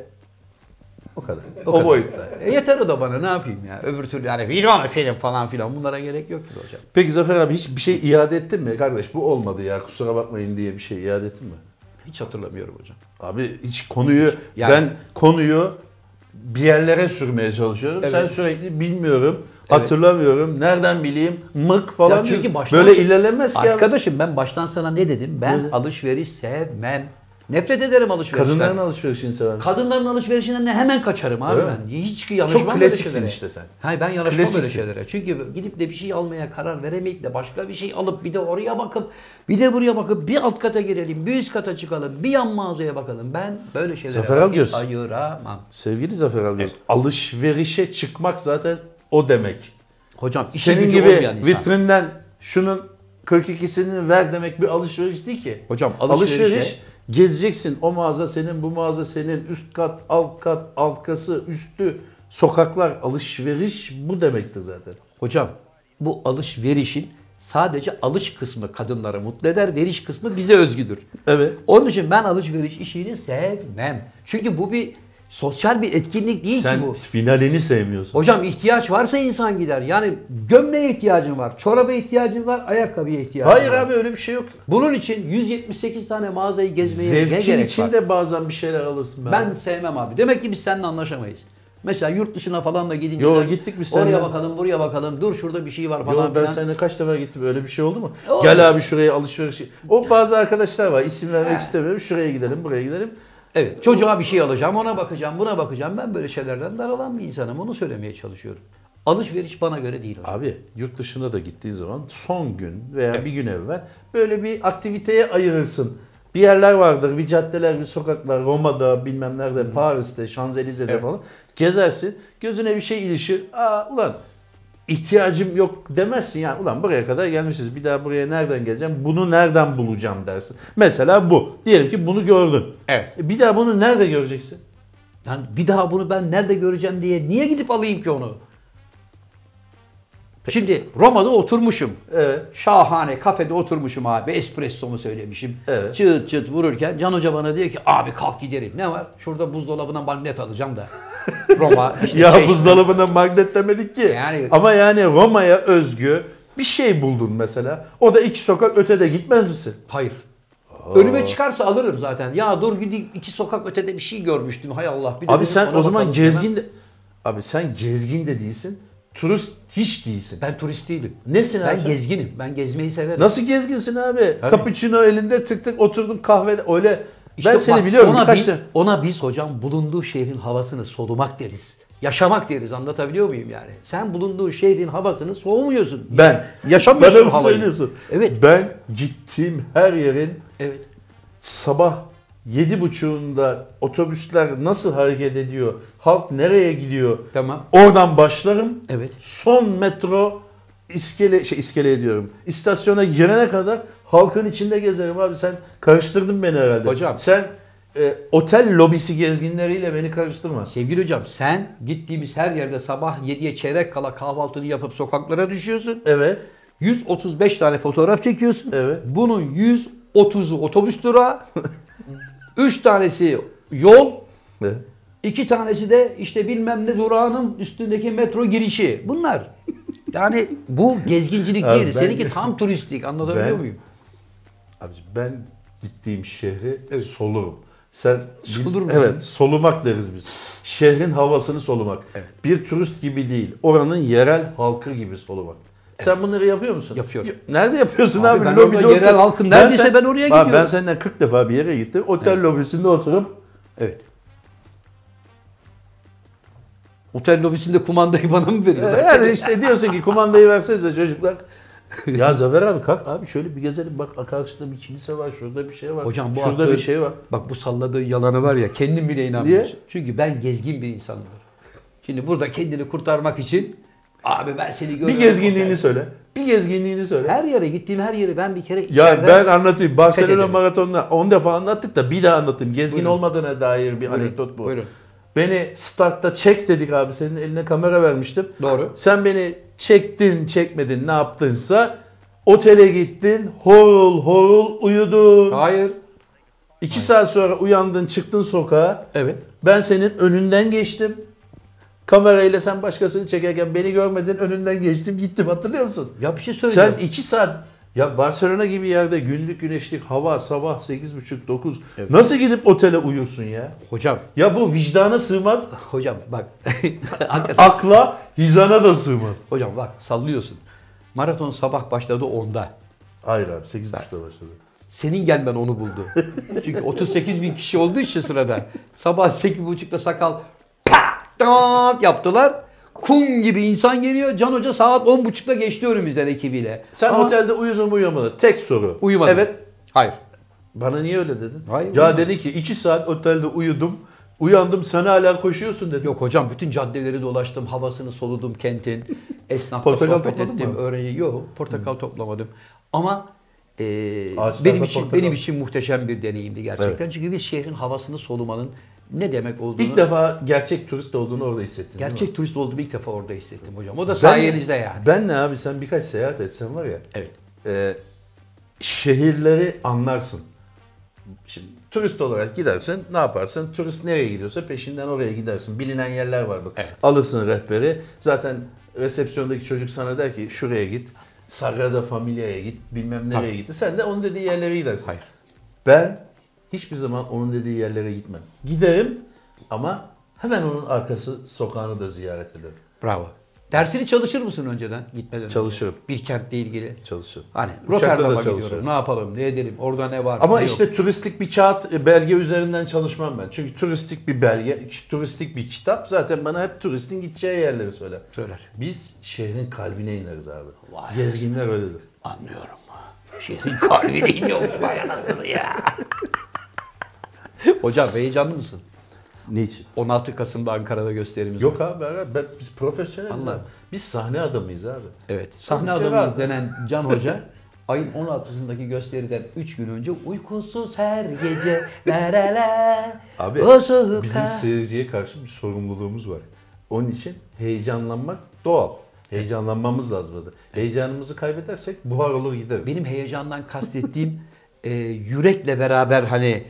o kadar. O kadar. boyutta. Yeter o da bana ne yapayım ya. Öbür türlü yani video film falan filan bunlara gerek yok ki hocam. Peki Zafer abi hiç bir şey iade ettin mi? Kardeş bu olmadı ya kusura bakmayın diye bir şey iade ettin mi? Hiç hatırlamıyorum hocam. Abi hiç konuyu Yani- ben konuyu bir yerlere sürmeye çalışıyorum. Evet. Sen sürekli bilmiyorum, hatırlamıyorum, nereden bileyim, mık falan. Ya çünkü diyorsun. baştan böyle ilerlemez ki abi. Arkadaşım ben baştan sana ne dedim? Ben alışveriş sevmem. Nefret ederim alışverişten. Kadınların alışverişini sever misin? Kadınların alışverişinden de hemen kaçarım abi Öyle ben. Hiç yanaşmam Çok böyle klasiksin şeylere. işte sen. Hayır ben yanaşmam böyle Klasiksin. şeylere. Çünkü gidip de bir şey almaya karar veremeyip de başka bir şey alıp bir de oraya bakıp bir de buraya bakıp bir alt kata girelim, bir üst kata çıkalım, bir yan mağazaya bakalım. Ben böyle şeylere Zafer vakit Algöz. ayıramam. Sevgili Zafer Algöz, alışverişe çıkmak zaten o demek. Hocam işi Senin gücü gibi olmayan insan. vitrinden şunun 42'sini ver demek bir alışveriş değil ki. Hocam Alışveriş gezeceksin. O mağaza senin, bu mağaza senin. Üst kat, alt kat, altkası, üstü, sokaklar. Alışveriş bu demektir zaten. Hocam bu alışverişin sadece alış kısmı kadınları mutlu eder, veriş kısmı bize özgüdür. Evet. Onun için ben alışveriş işini sevmem. Çünkü bu bir sosyal bir etkinlik değil ki Sen bu. finalini sevmiyorsun. Hocam ihtiyaç varsa insan gider. Yani gömleğe ihtiyacın var, çoraba ihtiyacın var, ayakkabıya ihtiyacın Hayır var. abi öyle bir şey yok. Bunun için 178 tane mağazayı gezmeye ne Zevkin gerek için var? de bazen bir şeyler alırsın. Ben sevmem abi. Demek ki biz seninle anlaşamayız. Mesela yurt dışına falan da gidince Yo, de gittik biz oraya seninle. bakalım, buraya bakalım. Dur şurada bir şey var falan Yo, ben filan. seninle kaç defa gittim öyle bir şey oldu mu? Oldu. Gel abi şuraya alışveriş. O bazı arkadaşlar var isim vermek istemiyorum. Şuraya gidelim buraya gidelim. Evet, çocuğa bir şey alacağım, ona bakacağım, buna bakacağım. Ben böyle şeylerden daralan bir insanım. Onu söylemeye çalışıyorum. Alışveriş bana göre değil hocam. Abi yurt dışına da gittiğin zaman son gün veya bir gün evvel böyle bir aktiviteye ayırırsın. Bir yerler vardır, bir caddeler, bir sokaklar, Roma'da, bilmem nerede, Paris'te, Şanzelize'de Evet. falan gezersin. Gözüne bir şey ilişir. Aa ulan ihtiyacım yok demezsin yani. Ulan buraya kadar gelmişiz. Bir daha buraya nereden geleceğim? Bunu nereden bulacağım dersin. Mesela bu. Diyelim ki bunu gördün. Evet. Bir daha bunu nerede göreceksin? Yani bir daha bunu ben nerede göreceğim diye niye gidip alayım ki onu? Şimdi Roma'da oturmuşum. Evet. Şahane kafede oturmuşum abi. Espressomu söylemişim. Evet. Çıt çıt vururken Can Hoca bana diyor ki abi kalk gidelim. Ne var? Şurada buzdolabına magnet alacağım da. Roma. işte Ya şey- buzdolabına magnet demedik ki. Yani- Ama yani Roma'ya özgü bir şey buldun mesela. O da 2 sokak ötede gitmez misin? Hayır. Önüme çıkarsa alırım zaten. Ya dur gideyim 2 sokak ötede bir şey görmüştüm. Hay Allah. Bir de Abi dedim, sen ona o zaman bakalım gezgin de... Abi sen gezgin de değilsin. Turist hiç değilsin. Ben turist değilim. Nesin abi Ben sen? gezginim. Ben gezmeyi severim. Nasıl gezginsin abi? Tabii. Cappuccino elinde tık tık oturdun kahvede öyle. İşte ben seni bak, biliyorum ona birkaç biz, tane- ona biz hocam bulunduğu şehrin havasını solumak deriz. Yaşamak deriz. Anlatabiliyor muyum yani? Sen bulunduğu şehrin havasını soğumuyorsun. Ben. Yaşamıyorsun Bana mı havayı. söylüyorsun? Evet. Ben gittiğim her yerin Evet. sabah 7.30'unda otobüsler nasıl hareket ediyor? Halk nereye gidiyor? Tamam. Oradan başlarım. Evet. Son metro iskeleye diyorum. İstasyona girene kadar halkın içinde gezerim abi. Sen karıştırdın beni herhalde. Hocam. Sen otel lobisi gezginleriyle beni karıştırma. Sevgili hocam sen gittiğimiz her yerde sabah 7'ye çeyrek kala kahvaltını yapıp sokaklara düşüyorsun. Evet. 135 tane fotoğraf çekiyorsun. Evet. Bunun 130'u otobüs durağı. 3 tanesi yol. Evet. 2 tanesi de işte bilmem ne durağının üstündeki metro girişi. Bunlar. Yani bu gezgincilik Abi değil. ben- Seninki tam turistik. Anlatabiliyor Ben- muyum? Abiciğim ben gittiğim şehri solurum. Sen Solur musun? evet solumak deriz biz. Şehrin havasını solumak. Bir turist gibi değil. Oranın yerel halkı gibi solumak. Sen bunları yapıyor musun? Yapıyorum. Nerede yapıyorsun Abi abi? ben Lobide orada yerel halkın neredeyse ben oraya gidiyorum. Ben senden 40 defa bir yere gittim. Otel lobisinde oturup Evet. Otel lobisinde kumandayı bana mı veriyorlar? yani işte diyorsun ki kumandayı versenize çocuklar. Ya Zafer abi kalk abi şöyle bir gezelim. Bak karşıda bir kilise var, şurada bir şey var. Hocam bu şurada attığı- bir şey var. Bak bu salladığı yalanı var ya kendim bile inanmıyorum. Niye? Çünkü ben gezgin bir insanım. Şimdi burada kendini kurtarmak için abi ben seni görüyorum. Bir gezginliğini söyle. Bir gezginliğini söyle. Her yere gittiğim her yeri ben bir kere Ya içeriden... ben anlatayım. Barcelona fethedelim. maratonuna 10 defa anlattık da bir daha anlatayım. Gezgin Buyurun. olmadığına dair bir Buyurun, anekdot bu. buyurun. Beni startta çek dedik abi. Senin eline kamera vermiştim. Doğru. Sen beni çektin, çekmedin ne yaptınsa otele gittin, horul horul uyudun. Hayır. 2 saat sonra uyandın, çıktın sokağa. Evet. Ben senin önünden geçtim. Kamerayla sen başkasını çekerken beni görmedin, önünden geçtim gittim, hatırlıyor musun? Ya bir şey söyleyeceğim. Sen 2 saat ya Barcelona gibi yerde günlük güneşlik hava sabah 8.30-9 Evet. nasıl gidip otele uyursun ya? Hocam, Ya bu vicdana sığmaz, hocam bak. Hakikaten. akla, hizana da sığmaz. Hocam bak sallıyorsun. Maraton sabah başladı 10'da. Hayır abi 8.30'da başladı. Senin gelmen onu buldu. Çünkü 38 bin kişi olduğu için sırada. Sabah 8.30'da sakal tak yaptılar. Kum gibi insan geliyor. Can Hoca saat 10.30'da geçti önümüzden ekibiyle. Sen Ama otelde uyudun mu uyumadın? Tek soru. uyumadım. Evet. Hayır. Bana niye öyle dedin? Hayır, Ya uyumadım. dedi ki 2 saat otelde uyudum. Uyandım sen hala koşuyorsun dedi. Yok hocam bütün caddeleri dolaştım. Havasını soludum kentin. Esnafla Portakal sohbet topladın ettim. mı? Öğrenci yok portakal toplamadım. Ama Ağaçlarda benim portakal. için muhteşem bir deneyimdi gerçekten. Çünkü bir şehrin havasını solumanın ne demek olduğunu İlk defa gerçek turist olduğunu orada hissettin değil mi? gerçek turist olduğumu ilk defa orada hissettim hocam. O da sayenizde yani. Ben ne abi sen birkaç seyahat etsen var ya. Evet. Şehirleri anlarsın. Şimdi turist olarak gidersen ne yaparsın? Turist nereye gidiyorsa peşinden oraya gidersin. Bilinen yerler vardır. Evet. Alırsın rehberi. Zaten resepsiyondaki çocuk sana der ki şuraya git. Sagrada Familia'ya git. Bilmem nereye Tabii. git. Sen de onun dediği yerlere gidersin. Hayır. Ben hiçbir zaman onun dediği yerlere gitmem. Giderim ama hemen onun arkası sokağını da ziyaret ederim. Bravo. Dersini çalışır mısın önceden gitmeden önce? Çalışırım. Bir kentle ilgili. Çalışırım. Hani Uçakta da Rotterdam'a çalışıyorum. gidiyorum. Ne yapalım, ne edelim, orada ne var, Ama ne işte yok. turistik bir kağıt, belge üzerinden çalışmam ben. Çünkü turistik bir belge, turistik bir kitap zaten bana hep turistin gideceği yerleri söyler. Söyler. Biz şehrin kalbine ineriz abi. Vay. Gezginler öyledir. Anlıyorum. Şehrin kalbine iniyormuş vay anasını ya. Hocam heyecanlı mısın? Niçin? 16 Kasım'da Ankara'da gösterimiz var. Yok abi biz profesyoneliz Allah. abi. Biz sahne adamıyız abi. Evet. Sahne Tabii, adamımız var. denen Can Hoca ayın 16'sındaki gösteriden 3 gün önce uykusuz her gece nereler Abi o soğukta. bizim seyirciye karşı bir sorumluluğumuz var. Onun için heyecanlanmak doğal. Heyecanlanmamız lazım. Heyecanımızı kaybedersek buhar olur gideriz. Benim heyecandan kastettiğim yürekle beraber hani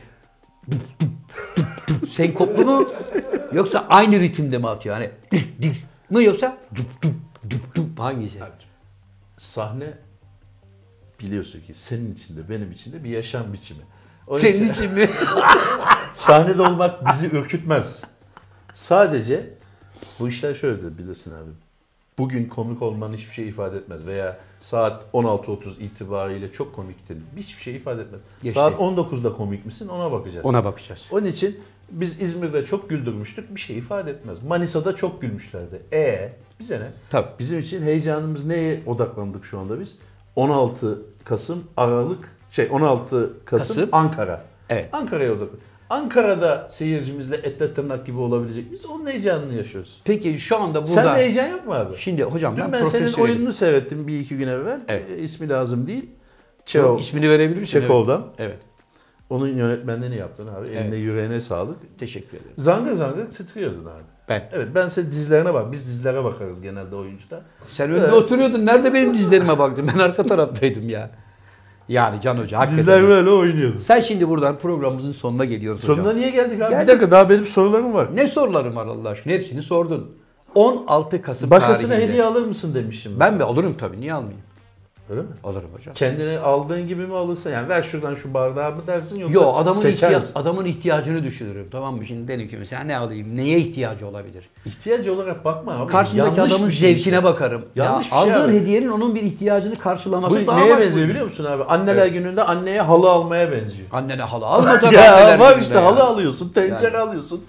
senkoplu mu yoksa aynı ritimde mi atıyor? Hani mı yoksa hangisi? Sahne biliyorsun ki senin için de benim için de bir yaşam biçimi. Onun Senin için mi? sahnede olmak bizi ürkütmez. Sadece bu işler şöyledir bilirsin abi. Bugün komik olman hiçbir şey ifade etmez veya saat 16.30 itibariyle çok komiktin. Hiçbir şey ifade etmez. Geçti. Saat 19'da komik misin ona bakacağız. Ona bakacağız. Onun için biz İzmir'de çok güldürmüştük bir şey ifade etmez. Manisa'da çok gülmüşlerdi. Bize ne? Tabii. Bizim için heyecanımız neye odaklandık şu anda biz? 16 Kasım 16 Kasım Kasım. Ankara. Evet. Ankara'ya odaklandık. Ankara'da seyircimizle etle tırnak gibi olabilecek. Biz onun heyecanını yaşıyoruz. Peki şu anda burada... Sende heyecan yok mu abi? Şimdi hocam Dün ben ben senin profesyonelim. oyununu seyrettim bir iki gün evvel. Evet. İsmi lazım değil. Yok, ismini verebilir misin? Çekov'dan. Evet. Onun yönetmenliğini yaptın abi. Eline Evet. yüreğine sağlık. Teşekkür ederim. Zangır zangır titriyordun abi. Ben. Evet ben senin dizlerine bak. Biz dizlere bakarız genelde oyuncuda. Sen önde Evet. oturuyordun. Nerede benim dizlerime baktın? Ben arka taraftaydım ya. Yani Can Hoca hakikaten. Dizler böyle oynuyordu. Sen şimdi buradan programımızın sonuna geliyoruz hocam. Sonuna niye geldik abi? Geldik. Bir dakika daha benim sorularım var. Ne sorularım var Allah aşkına? Hepsini sordun. 16 Kasım Başkasına tarihinde. hediye alır mısın demişim. Ben mi? Alırım tabii. Niye almayayım? Öyle mi? Alırım hocam. Kendine aldığın gibi mi alırsan yani ver şuradan şu bardağı mı dersin yoksa Yo seçer misin? adamın ihtiyacını düşünürüm. Tamam mı? Şimdi dedim ki mesela ne alayım? Neye ihtiyacı olabilir? İhtiyacı olarak bakma abi. Karşımdaki Yanlış adamın bir şey zevkine işte. bakarım. Yanlış ya, bir şey aldığın abi. hediyenin onun bir ihtiyacını karşılaması Bu daha neye makbul. benziyor biliyor musun abi? Anneler Evet. gününde anneye halı almaya benziyor. Annene halı alma tabii. Ya anneler var gününde işte ya. halı alıyorsun, tencere Yani. alıyorsun.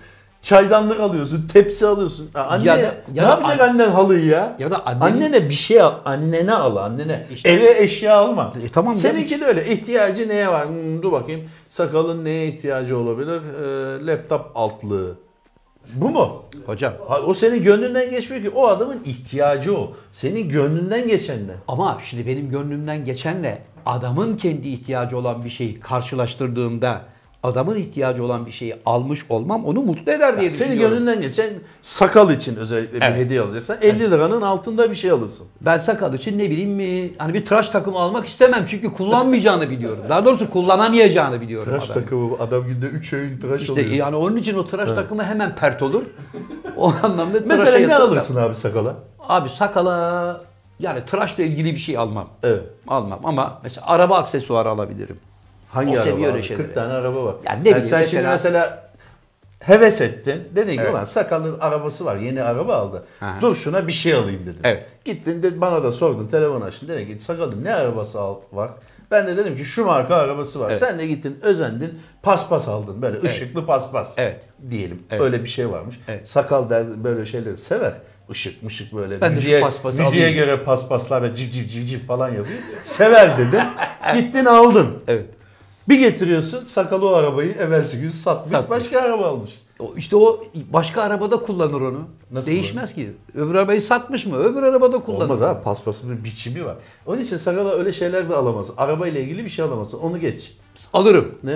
Çaydanlık alıyorsun, tepsi alıyorsun. Anne Ya da- ne ya da yapacak annen halıyı ya? Ya da annenin- Annene bir şey al, annene al, annene. İşte- Eve eşya alma. Tamam Seninki de öyle. İhtiyacı neye var? Dur bakayım. Sakalın neye ihtiyacı olabilir? Laptop altlığı. Bu mu? Hocam O senin gönlünden geçmiyor ki. O adamın ihtiyacı o. Senin gönlünden geçen ne? ama şimdi benim gönlümden geçenle adamın kendi ihtiyacı olan bir şeyi karşılaştırdığımda adamın ihtiyacı olan bir şeyi almış olmam onu mutlu eder diye Senin düşünüyorum. gönlünden geçen sakal için özellikle bir Evet. hediye alacaksan 50 liranın altında bir şey alırsın. Ben sakal için ne bileyim mi hani bir tıraş takımı almak istemem çünkü kullanmayacağını biliyorum. Daha doğrusu kullanamayacağını biliyorum. Tıraş adamın. takımı adam günde 3 öğün tıraş İşte oluyor. yani onun için o tıraş takımı hemen pert olur. O anlamda Mesela tıraşa ne yatırım alırsın abi sakala? Abi sakala yani tıraşla ilgili bir şey almam. Evet. Almam ama mesela araba aksesuarı alabilirim. Hangi O araba seviyor abi? öyle şeyleri. 40 tane araba var. Yani ne bileyim, sen şimdi mesela- mesela heves ettin. Dedin ki Evet. ulan sakalın arabası var. Yeni araba aldı. Aha. Dur şuna bir şey alayım dedin. Evet. Gittin de bana da sordun. Telefon açtın. Dedin ki sakalın ne arabası var? Ben de dedim ki şu marka arabası var. Evet. Sen de gittin özendin. Paspas aldın. Böyle ışıklı paspas. Evet. Diyelim. Evet. Öyle bir şey varmış. Evet. Sakal der böyle şeyleri sever. Işık mışık böyle. Ben de şu müziğe paspası müziğe alayım. göre paspaslar ve civ civ civ civ falan yapıyor. Sever dedin. Gittin aldın. Evet. Bir getiriyorsun sakalı o arabayı evvelsi gün satmış, Satmış. başka araba almış. İşte o başka arabada kullanır onu. Nasıl Değişmez ki. Öbür arabayı satmış mı? Öbür arabada kullanır. Olmaz abi, paspasın bir biçimi var. Onun için sakala öyle şeyler de alamaz. Arabayla ilgili bir şey alamazsın. Onu geç. Alırım. Ne?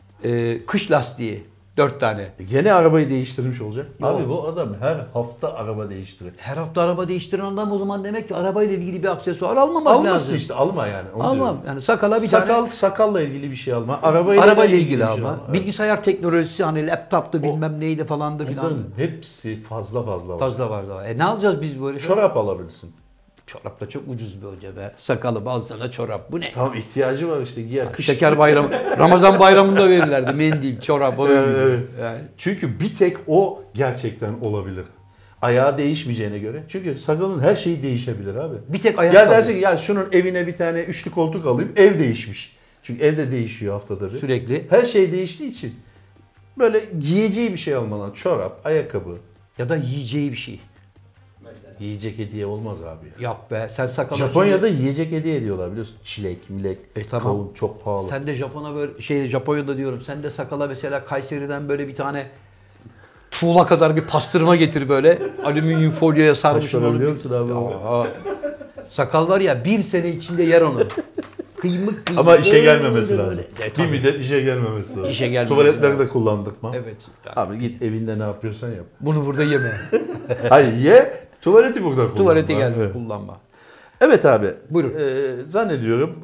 Kış lastiği. 4 tane. Gene arabayı değiştirmiş olacak. Yok. Abi bu adam her hafta araba değiştiriyor. Her hafta araba değiştiren adam o zaman demek ki arabayla ilgili bir aksesuar almamak Almasın lazım. işte, alma yani. Onu Almam. diyorum. Yani sakala bir tane Sakalla ilgili bir şey alma. Arabayla arabayla ilgili bir şey alma. alma. Bilgisayar teknolojisi hani laptoptu bilmem neydi falandı filan. Bunların hepsi fazla var. Fazla var da. Ne alacağız biz böyle? Çorap alabilirsin. Çorap da çok ucuz bir hoca be. Sakalım al sana çorap. Bu ne? Tamam, ihtiyacı var işte, giyer. Kış. Şeker bayramı, Ramazan bayramında verirlerdi. Mendil, çorap. Onun gibi. Evet. Yani. Çünkü bir tek o gerçekten olabilir. Ayağı değişmeyeceğine göre. Çünkü sakalın her şeyi değişebilir abi. Bir tek ayak Ya kalıyor. dersin ki ya şunun evine bir tane üçlü koltuk alayım. Ev değişmiş. Çünkü evde değişiyor haftada bir. Sürekli. Her şey değiştiği için böyle giyeceği bir şey almalı. Çorap, ayakkabı. Ya da yiyeceği bir şey. Mesela. Yiyecek hediye olmaz abi ya. Yok be sen sakala. Japonya'da yiyecek hediye ediyorlar biliyorsun. Çilek, milek, Tamam. kavun çok pahalı. Sen de Japon'a böyle Japonya'da diyorum. Sen de sakala mesela Kayseri'den böyle bir tane tuğla kadar bir pastırma getir böyle. Alüminyum folyoya sarmış. Kaç para biliyor musun abi? Sakal var ya bir sene içinde yer onu. Kıymık. Ama işe gelmemesi böyle. lazım. Bir Tabii. müddet işe gelmemesi lazım. İşe gelmemesi Tuvaletleri lazım. de kullandırma. Evet. Abi git evinde ne yapıyorsan yap. Bunu burada yeme. Hayır ye, tuvaleti burada kullan. Tuvalete gelme Evet. kullanma. Evet abi. Buyurun. Zannediyorum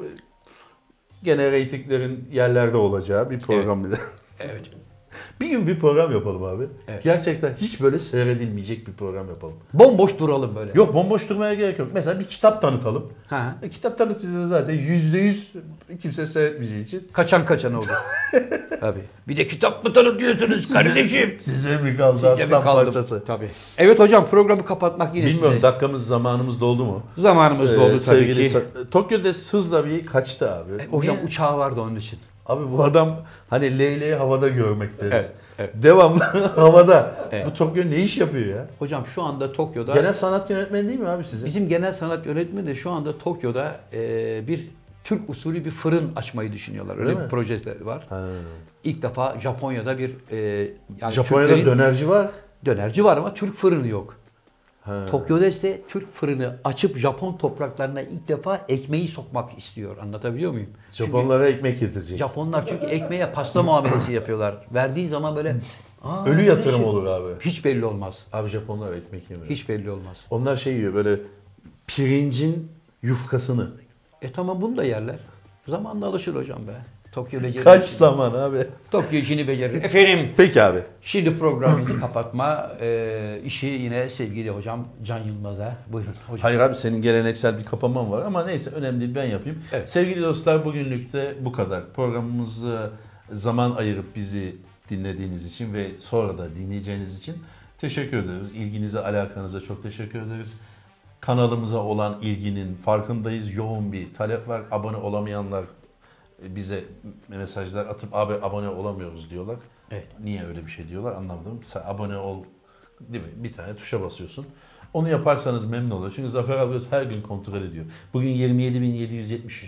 gene reytinglerin yerlerde olacağı bir program. Evet. Bir gün bir program yapalım abi. Evet. Gerçekten hiç böyle seyredilmeyecek bir program yapalım. Bomboş duralım böyle. Yok, bomboş durmaya gerek yok. Mesela bir kitap tanıtalım. Ha. Kitap tanıtacağız zaten %100 kimse seyretmeyeceği için. Kaçan olur. Tabii. Bir de kitap mı tanıtıyorsunuz kardeşim? Size mi kaldı Size mi aslan kaldı? parçası? Tabii. Evet hocam programı kapatmak yine Bilmiyorum, size. dakikamız zamanımız doldu mu? Zamanımız doldu tabii Sevgili ki. Tokyo'da hızla bir kaçtı abi. Hocam Niye? uçağı vardı onun için. Abi bu adam hani leyleği havada görmek deriz. Evet, evet. Devamlı havada. Evet. Bu Tokyo ne iş yapıyor ya? Hocam şu anda Tokyo'da Genel sanat yönetmeni değil mi abi sizin? bizim genel sanat yönetmeni de şu anda Tokyo'da bir Türk usulü bir fırın açmayı düşünüyorlar. Öyle Öyle bir mi? projeleri var. Ha. İlk defa Japonya'da bir yani Japonya'da Türklerin- dönerci var. dönerci var ama Türk fırını yok. Ha. Tokyo'da ise Türk fırını açıp Japon topraklarına ilk defa ekmeği sokmak istiyor. Anlatabiliyor muyum? Japonlara ekmek yedirecek. Japonlar çünkü ekmeğe pasta muamelesi yapıyorlar. Verdiği zaman böyle Ölü yatırım olur abi. hiç belli olmaz. Abi Japonlar ekmek yemiyor. Hiç belli olmaz. Onlar şey yiyor böyle pirincin yufkasını. Tamam bunu da yerler. Zamanla alışır hocam be. Tokyo becerir. Kaç işini. zaman abi? Tokyo işini becerir. Efendim. Peki abi. Şimdi programımızı kapatma işi yine sevgili hocam Can Yılmaz'a. Buyurun hocam. Hayır abi, senin geleneksel bir kapanman var ama neyse, önemli değil, ben yapayım. Evet. Sevgili dostlar, bugünlük de bu kadar. Programımızı zaman ayırıp bizi dinlediğiniz için ve sonra da dinleyeceğiniz için teşekkür ederiz. İlginize, alakanıza çok teşekkür ederiz. Kanalımıza olan ilginin farkındayız. Yoğun bir talep var. Abone olamayanlar bize mesajlar atıp abi abone olamıyoruz diyorlar. Evet. Niye öyle bir şey diyorlar anlamadım. Sen abone ol değil mi? Bir tane tuşa basıyorsun. Onu yaparsanız memnun olur. Çünkü Zafer abi her gün kontrol ediyor. Bugün 27.773,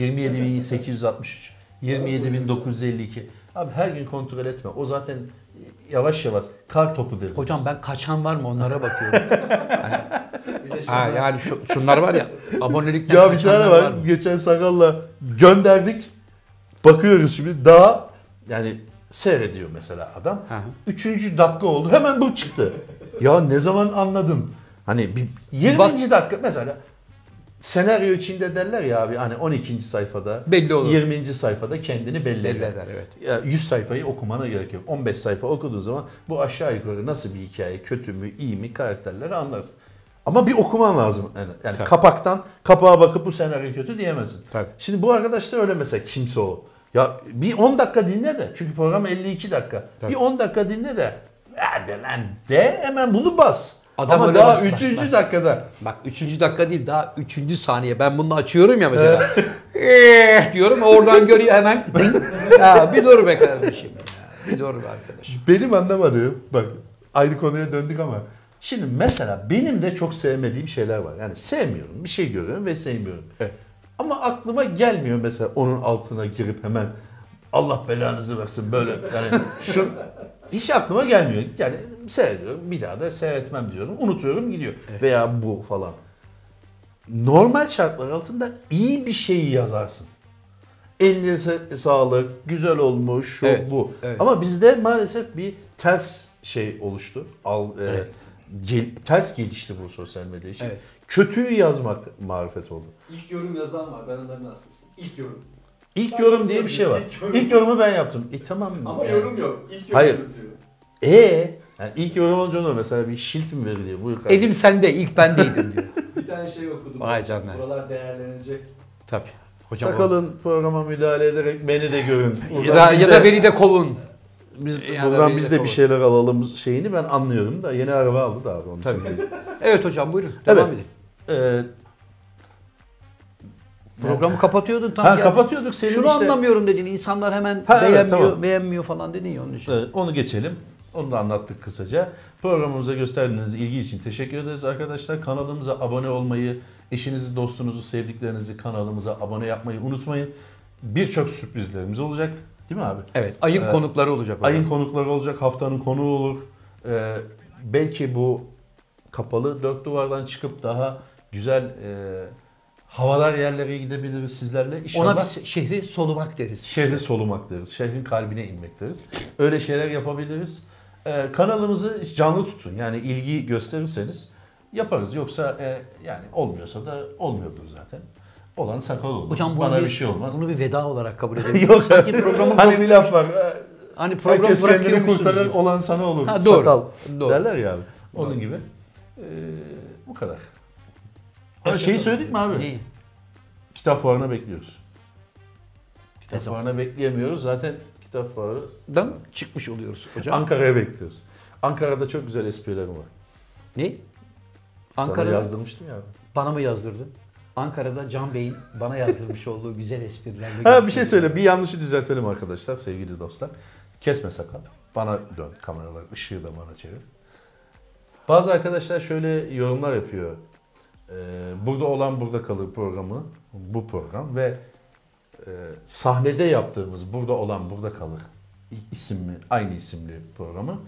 27.863, 27.952. Abi her gün kontrol etme. O zaten yavaş yavaş kar topu deriz. Hocam ben kaçan var mı onlara bakıyorum. Bir de Ha, yani şunlar var ya abonelikten Ya bir kaçanlar tane var var. mı? Geçen sakalla gönderdik. Bakıyoruz şimdi. Daha yani seyrediyor mesela adam. Hı hı. 3. dakika oldu. Hemen bu çıktı. Ya ne zaman anladım? Hani bir 20. Bak- dakika mesela senaryo içinde derler ya abi hani 12. sayfada Belli olur. 20. sayfada kendini belli Belli eder. eder, evet. Ya 100 sayfayı okumana gerek yok. 15 sayfa okuduğun zaman bu aşağı yukarı nasıl bir hikaye, kötü mü, iyi mi karakterleri anlarsın. Ama bir okuman lazım. Yani Tabii. kapağa bakıp bu senaryo kötü diyemezsin. Tabii. Şimdi bu arkadaş da öyle mesela kimse o. Ya bir 10 dakika dinle de. Çünkü program 52 dakika. Tabii. Bir 10 dakika dinle de. Hadi lan de hemen bunu bas. Adam Ama öyle daha bak, 3. bak. dakikada. Bak 3. dakika değil daha 3. saniye. Ben bunu açıyorum ya mesela. Diyorum oradan görüyor hemen. Ya bir dur be kardeşim. Ya. Bir dur be arkadaşım. Benim anlamadığım bak aynı konuya döndük ama şimdi mesela benim de çok sevmediğim şeyler var. Yani sevmiyorum. Bir şey görüyorum ve sevmiyorum. Evet. Ama aklıma gelmiyor mesela onun altına girip hemen Allah belanızı versin böyle yani şu hiç aklıma gelmiyor. Yani seyrediyorum bir daha da seyretmem diyorum. Unutuyorum gidiyor. Evet. Veya bu falan. Normal şartlar altında iyi bir şeyi yazarsın. Eline sağlık, güzel olmuş, şu Evet, bu. evet. Ama bizde maalesef bir ters şey oluştu. Evet. Ters gelişti bu sosyal medya için. Evet. Kötüyü yazmak marifet oldu. İlk yorum yazan var. Ben onların hastasıyım. İlk yorum. İlk Sadece yorum diye bir şey var. ilk yorum. İlk yorumu ben yaptım. Tamam mı? Ama Yani. yorum yok. İlk yorum Hayır. yazıyor. Yani ilk yorum olunca ne? Mesela bir şilt mi veriliyor? Buyur kardeşim. Elim sende ilk bendeydim diyor. Bir tane şey okudum. Vay canına. Buralar değerlenecek. Tabii. Hocam Sakalın programa müdahale ederek beni de görün. ya da beni de kovun. Biz Ya da buradan beni biz de de bir şeyler alalım şeyini ben anlıyorum da yeni araba aldı da abi onun için. Tabii. Evet hocam buyurun. Devam Evet. edin. Ee, Programı kapatıyordun tam. ha yani. kapatıyorduk senin Şunu işte. anlamıyorum dedin. İnsanlar hemen Ha, evet, beğenmiyor, tamam. beğenmiyor falan dedin ya onun için. Evet, onu geçelim. Onu da anlattık kısaca. Programımıza gösterdiğiniz ilgi için teşekkür ederiz arkadaşlar. Kanalımıza abone olmayı, eşinizi, dostunuzu, sevdiklerinizi kanalımıza abone yapmayı unutmayın. Birçok sürprizlerimiz olacak. Değil mi abi? Evet. Ayın konukları olacak. hocam. Ayın konukları olacak, haftanın konuğu olur. Belki bu kapalı dört duvardan çıkıp daha güzel havalar yerlere gidebiliriz sizlerle. İnşallah. Ona biz şehri solumak deriz. Şehri solumak deriz. Şehrin kalbine inmek deriz. Öyle şeyler yapabiliriz. Kanalımızı canlı tutun. Yani ilgi gösterirseniz yaparız. Yoksa yani olmuyorsa da olmuyordur zaten. Olan sakal olur. Hocam Bana bir şey olmaz. Bunu bir veda olarak kabul edelim. Yok. Sanki programı Hani bir laf var. hani program Herkes kendini bırakıyormuşsunuz kurtaran gibi. olan sana olur. Ha, doğru. Sakal Doğru. derler ya abi. Onun Doğru. gibi. Bu kadar. Ha, şeyi söyledik mi abi? Neyi? Kitap fuarına bekliyoruz. Ne Kitap zaman? fuarına bekleyemiyoruz. Zaten kitap fuarı Dan çıkmış oluyoruz hocam. Ankara'ya bekliyoruz. Ankara'da çok güzel esprilerim var. Ne? Sana Ankara yazdırmıştım ya abi. bana mı yazdırdın? Ankara'da Can Bey'in bana yazdırmış olduğu güzel esprilerle. Ha bir şey söyle. Bir yanlışı düzeltelim arkadaşlar sevgili dostlar. Kesme sakal. Bana dön kameralar. Işığı da bana çevir. Bazı arkadaşlar şöyle yorumlar yapıyor. Burada olan burada kalır programı. Bu program ve sahnede yaptığımız burada olan burada kalır isimli aynı isimli programı.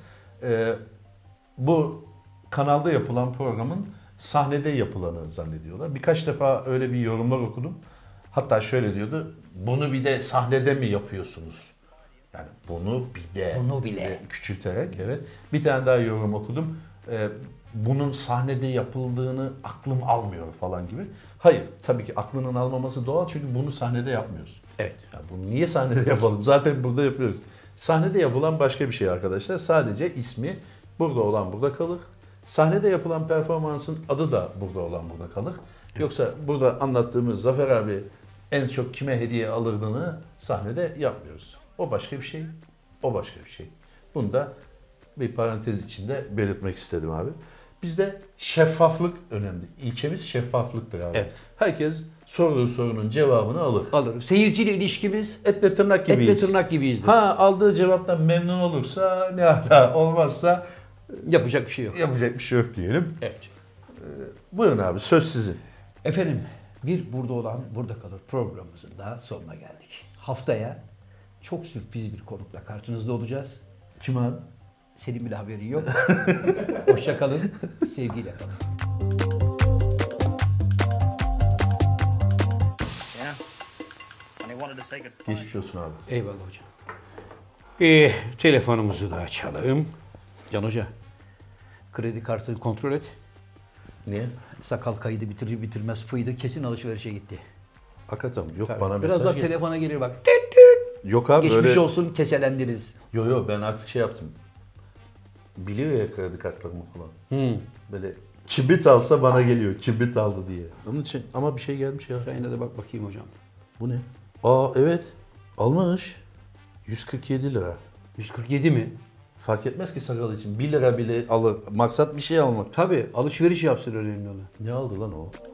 Bu kanalda yapılan programın sahnede yapılanı zannediyorlar. Birkaç defa öyle bir yorumlar okudum. Hatta şöyle diyordu. Bunu bir de sahnede mi yapıyorsunuz? Yani bunu bir de Bunu bile. küçülterek evet. Bir tane daha yorum okudum. Bunun sahnede yapıldığını aklım almıyor falan gibi. Hayır, tabii ki aklının almaması doğal çünkü bunu sahnede yapmıyoruz. Evet. Ya bunu niye sahnede yapalım? Zaten burada yapıyoruz. Sahnede yapılan başka bir şey arkadaşlar. Sadece ismi burada olan burada kalır. Sahnede yapılan performansın adı da burada olan burada kalır. Yoksa burada anlattığımız Zafer abi en çok kime hediye alırdığını sahnede yapmıyoruz. O başka bir şey, o başka bir şey. Bunu da bir parantez içinde belirtmek istedim abi. Bizde şeffaflık önemli. İlkemiz şeffaflıktır abi. Evet. Herkes sorduğu sorunun cevabını alır. Alırım. Seyirciyle ilişkimiz Etle tırnak gibiyiz. etle tırnak gibiyiz. Ha, aldığı cevaptan memnun olursa ne ala, olmazsa Yapacak bir şey yok. yapacak bir şey yok diyelim. Evet. Buyurun abi, söz sizin. Efendim, bir Burada Olan Burada Kalır programımızın da sonuna geldik. Haftaya çok sürpriz bir konukla karşınızda olacağız. Kim abi? Senin bile haberin yok. Hoşça kalın, sevgiyle kalın. Yeah. And he wanted to say goodbye. Geçmiş olsun abi. Eyvallah hocam. Telefonumuzu da açalım. Can Hoca, kredi kartını kontrol et. Niye? Sakal kaydı bitirir bitirmez fıydı, kesin alışverişe gitti. Hakikaten yok, Tabii. bana Biraz mesaj daha telefona gelir bak. Yok abi, Geçmiş öyle. olsun, keselendiniz. Yo ben artık şey yaptım. Biliyor ya kredi kartlarımı falan. Böyle kibrit alsa bana geliyor. Kibrit aldı diye. Onun için ama bir şey gelmiş ya. Sen yine de bak bakayım hocam. Bu ne? Aa evet. Almış. 147 lira. 147 mi? Fark etmez ki sakal için. 1 lira bile alır. Maksat bir şey almak. Tabii, alışveriş yapsın önemli olan. Ne aldı lan o?